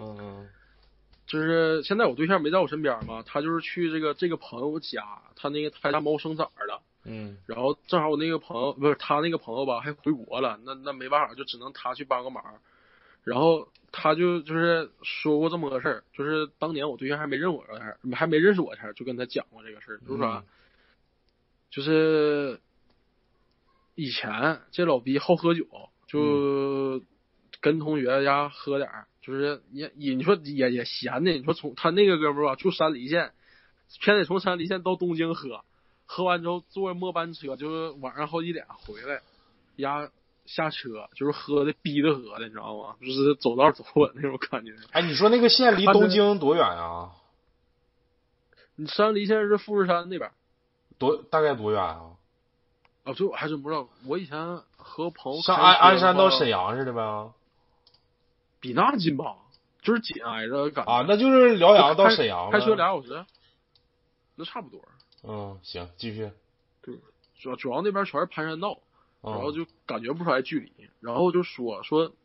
就是现在我对象没在我身边嘛，他就是去这个朋友家，他家猫生崽了。然后正好我那个朋友不是他那个朋友吧，还回国了，那没办法，就只能他去帮个忙。然后他就是说过这么个事儿，就是当年我对象还没认识我前，就跟他讲过这个事儿，就是说，就是以前这老逼好喝酒，就跟同学家喝点儿，就是你说也闲的，你说从他那个哥们儿吧，住山梨县，偏得从山梨县到东京喝完之后坐末班车，就是晚上好几点回来，下车就是喝的逼的喝的，你知道吗？就是走道走稳那种感觉。 哎，你说那个县离东京多远啊？ 你山梨县是富士山那边。 大概多远啊？ 这我还真不知道。我以前和朋友上鞍山到沈阳似的呗。 比那近吧，就是紧挨着感觉。 啊，那就是辽阳到沈阳开车2小时，那差不多。 行，继续。 对，主要那边全是盘山道。然后就感觉不出来距离，然后就说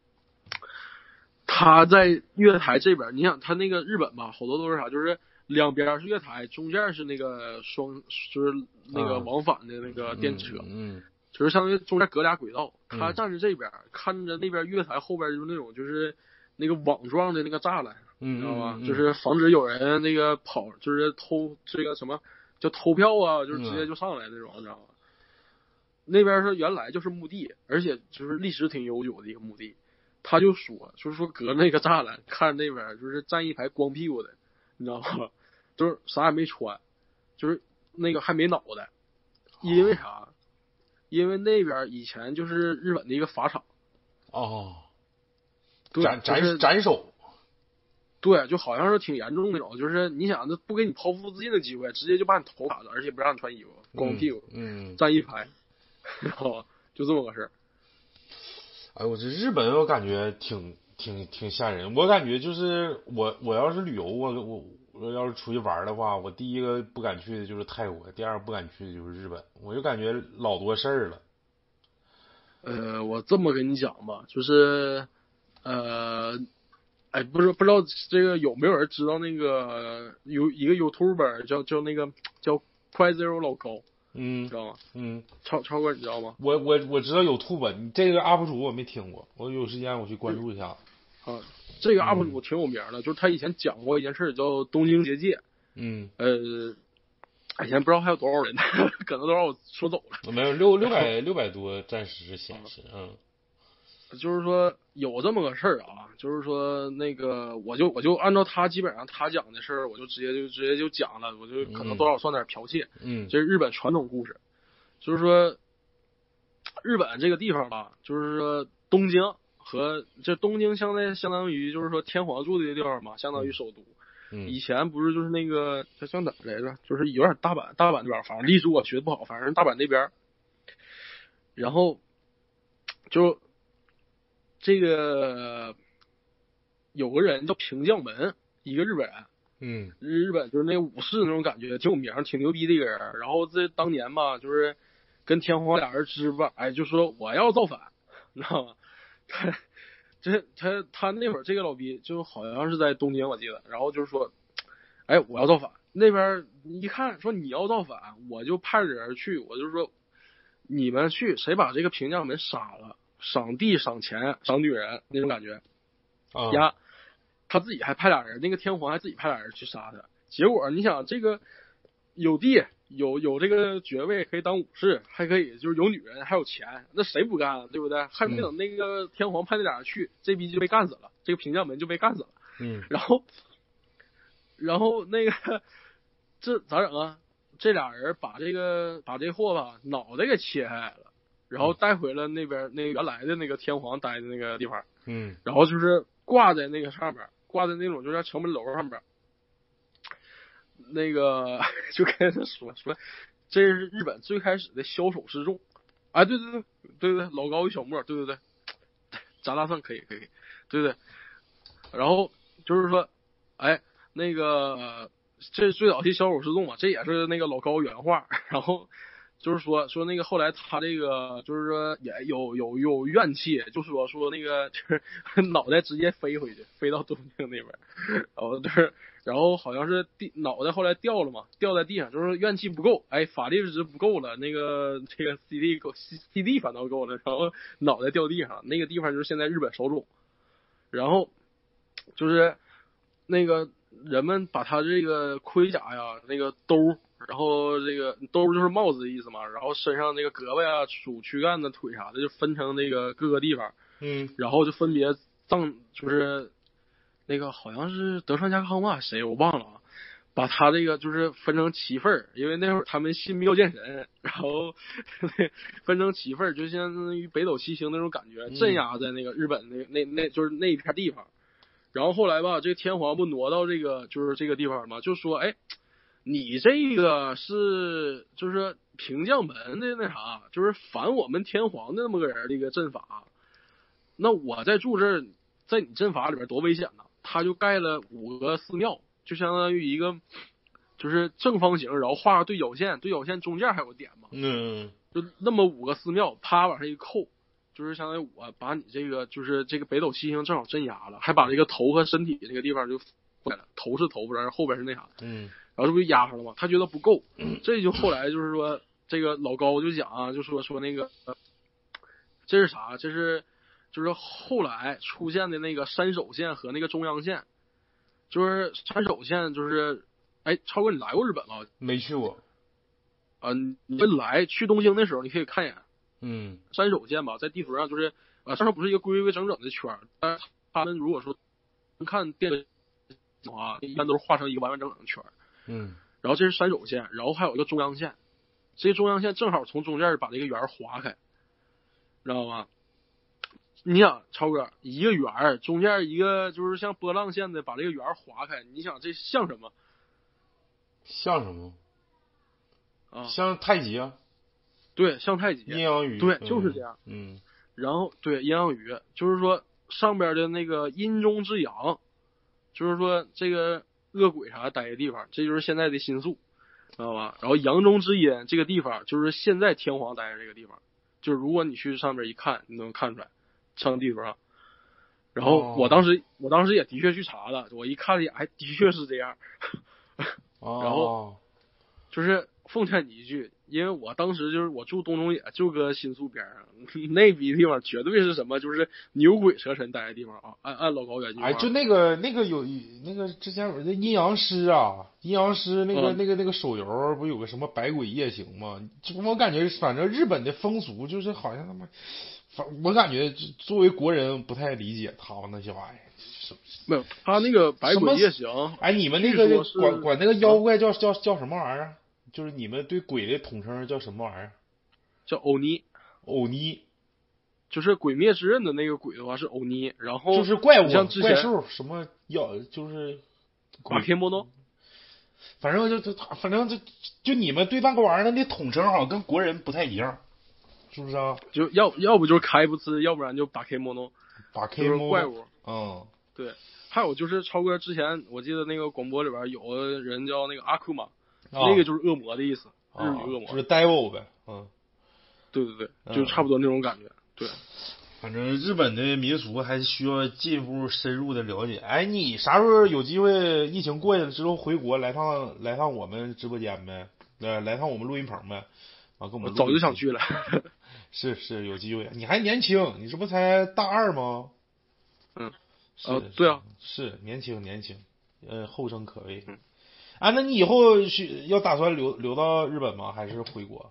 他在月台这边，你想他那个日本吧，好多都是啥，就是两边是月台，中间是那个就是那个往返的那个电车，就是相当于中间隔俩轨道。他站在这边，看着那边月台后边就是那种就是那个网状的那个栅栏，你知道吗？就是防止有人那个跑，就是偷这个什么叫偷票啊，就是直接就上来那种，你知道吗？那边是原来就是墓地，而且就是历史挺悠久的一个墓地。他就是说隔那个栅栏看那边就是站一排光屁股的，你知道吗？就是啥也没穿，就是那个还没脑袋。因为啥？因为那边以前就是日本的一个法场。对， 斩首。 对，就好像是挺严重那种，就是你想那不给你剖腹自尽的机会，直接就把你头砍了，而且不让你穿衣服，光屁股，站一排。然后就这么个事儿。 哎，我这日本我感觉挺吓人。我感觉就是我要是旅游，我要是出去玩的话，我第一个不敢去的就是泰国，第二个不敢去的就是日本。我就感觉老多事儿了。 我这么跟你讲吧，就是不知道这个有没有人知道那个有一个 YouTuber 叫那个叫快 Zero 老高。知道吗？超哥你知道吗？ 我知道有兔吧，你这个 UP 主我没听过，我有时间我去关注一下。 这个 UP 主挺有名的，就是他以前讲过一件事叫东京结界。以前不知道还有多少人，可能都让我说走了。 没有600多暂时显示。 就是说有这么个事儿啊，就是说那个我就按照他基本上他讲的事儿，我就直接就讲了，我就可能多少算点剽窃。这是日本传统故事，就是说日本这个地方吧，就是说东京和这东京相当于就是说天皇住的地方嘛，相当于首都。 以前不是就是那个叫哪来着？就是有点大阪那边，反正历史我学的不好，反正大阪那边。然后就这个有个人叫平将门，一个日本人，日本就是那武士那种感觉，挺有名，挺牛逼的一个人。然后这当年吧，就是跟天皇俩人支吧，哎，就说我要造反，你知道吗？他那会儿这个老逼就好像是在东京，我记得，然后就是说，哎，我要造反。那边一看说你要造反，我就派人去，我就说你们去，谁把这个平将门杀了，赏地赏钱赏女人那种感觉。呀，他自己还派俩人，那个天皇还自己派俩人去杀他。结果你想这个有地有这个爵位，可以当武士，还可以就是有女人还有钱，那谁不干，对不对？还没等那个天皇派那俩人去，这逼就被干死了，这个平将门就被干死了。然后那个这咋整啊？这俩人把这货吧脑袋给切下来了，然后带回了那边那个原来的那个天皇待的那个地方。然后就是挂在那个上面，挂在那种就是城门楼上面。那个就跟他说，这是日本最开始的枭首示众。哎，对，老高与小莫，对，咱拉上可以，对。然后就是说，哎，那个这最早期枭首示众嘛，这也是那个老高原话。然后就是说那个后来他这个就是说也有怨气，就说那个就是脑袋直接飞回去，飞到东京那边。然后好像是脑袋后来掉了嘛，掉在地上，就是怨气不够，哎，法力值不够了，那个这个 CD 反倒够了，然后脑袋掉地上，那个地方就是现在日本手冢。然后就是那个人们把他这个盔甲呀，那个兜，然后这个兜就是帽子的意思嘛，然后身上那个胳膊呀、手躯干的腿啥的，就分成那个各个地方，然后就分别就是那个好像是德川家康吧，谁我忘了啊，把他这个就是分成7份，因为那会儿他们信妙见神，然后分成7份，就相当于北斗七星那种感觉，镇压在那个日本那就是那一片地方。然后后来吧，这个天皇不挪到这个就是这个地方嘛，就说哎，你这个是就是平将门的那啥，就是反我们天皇的那么个人这个阵法，那我在住这儿，在你阵法里边多危险呐！他就盖了5个寺庙，就相当于一个就是正方形，然后画个对角线，对角线中间还有点嘛，就那么5个寺庙，啪往上一扣，就是相当于我把你这个就是这个北斗七星正好镇压了，还把这个头和身体这个地方就来了，头是头，然后后边是那啥，然后这不就压上了吗？他觉得不够，这就后来就是说这个老高就讲啊，就说那个这是啥？这是。就是后来出现的那个山手线和那个中央线，就是山手线就是，哎，超哥你来过日本吗？ 没去过。 你去东京的时候你可以看一眼。山手线吧，在地图上就是上面不是一个规规整整的圈，但是他们如果说看电视的话，一般都是画成一个完完整整的圈。然后这是山手线，然后还有一个中央线，这中央线正好从中间把这个圆划开，知道吗？你想超哥一个圆中间一个就是像波浪线的把这个圆划开，你想这像什么？ 像什么？像太极啊？ 对，像太极。 阴阳鱼。 对，就是这样。然后对阴阳鱼，就是说上边的那个阴中之阳，就是说这个恶鬼啥待的地方，这就是现在的新宿，知道吧？然后阳中之阴这个地方就是现在天皇待的这个地方，就是如果你去上面一看，你能看出来。上地图上，然后我当时也的确去查了，我一看了，还的确是这样。然后就是奉劝你一句，因为我当时就是我住东中野，就搁新宿边上，那逼地方绝对是什么，就是牛鬼蛇神待的地方啊！按老高原句话， 哎，就那个有那个之前有那阴阳师啊，阴阳师那个手游不有个什么百鬼夜行吗？我感觉反正日本的风俗就是好像他妈。我感觉作为国人不太理解他们那些玩意儿， 没有他那个百鬼夜行。 哎，你们那个管那个妖怪叫什么玩意儿？就是你们对鬼的统称叫什么玩意儿？ 叫欧尼。 欧尼， 就是鬼灭之刃的那个鬼的话是欧尼，然后就是怪物、 像之前怪兽什么妖，就是把 K 莫诺。 反正就你们对那个玩意儿那统称好像跟国人不太一样，是不是啊？ 就要不就是开不兹，要不然就把 K 莫诺。 把 K 莫诺。 怪物。 对。 还有就是超哥之前我记得那个广播里边有个人叫那个阿库玛，那个就是恶魔的意思，日语恶魔。 就是 devil 呗。 对，就差不多那种感觉。对。 反正日本的民俗还是需要进一步深入的了解。哎，你啥时候有机会疫情过去了之后回国来趟我们直播间呗？来趟我们录音棚呗？跟我们早就想去了。 是有机会。你还年轻，你这不才大2吗？ 对啊， 是年轻，后生可畏。那你以后要打算留到日本吗？还是回国？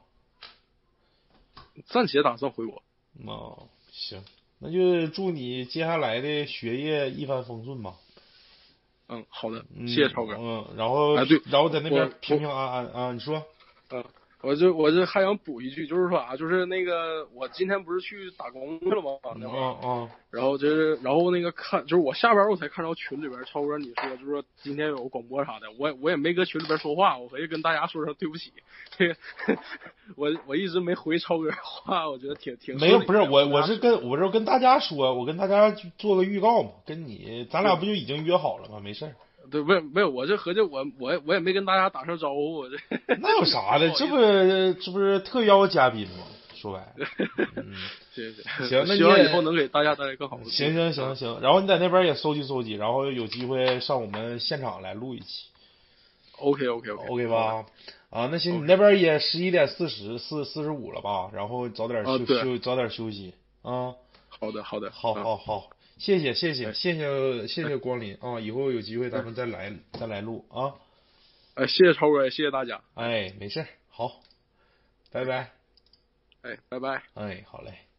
暂且打算回国。 行，那就祝你接下来的学业一帆风顺吧。 好的，谢谢超哥。 然后对， 然后在那边平平安安啊，你说。 我这还想补一句，就是说就是那个我今天不是去打工去了吗？那会儿。然后那个就是我下班我才看到群里边超哥你说就是说今天有广播啥的，我也没搁群里边说话，我回去跟大家说声对不起。这个我一直没回超哥话，我觉得挺没有，不是我是跟大家说，我跟大家做个预告嘛，跟你咱俩不就已经约好了吗？没事。 对，没有，我这合计我也没跟大家打声招呼，我这那有啥的？这不是特邀嘉宾吗？说白了。 谢。 行，那希望以后能给大家带来更好的。 行。然后你在那边也收集，然后有机会上我们现场来录一期。 OK 吧？那行，你那边也11点45了吧？然后早点休息啊。 好的。 好。谢谢光临啊！以后有机会咱们再来录啊！ 谢谢超哥，谢谢大家。 没事，好，拜拜。 拜拜。 好嘞。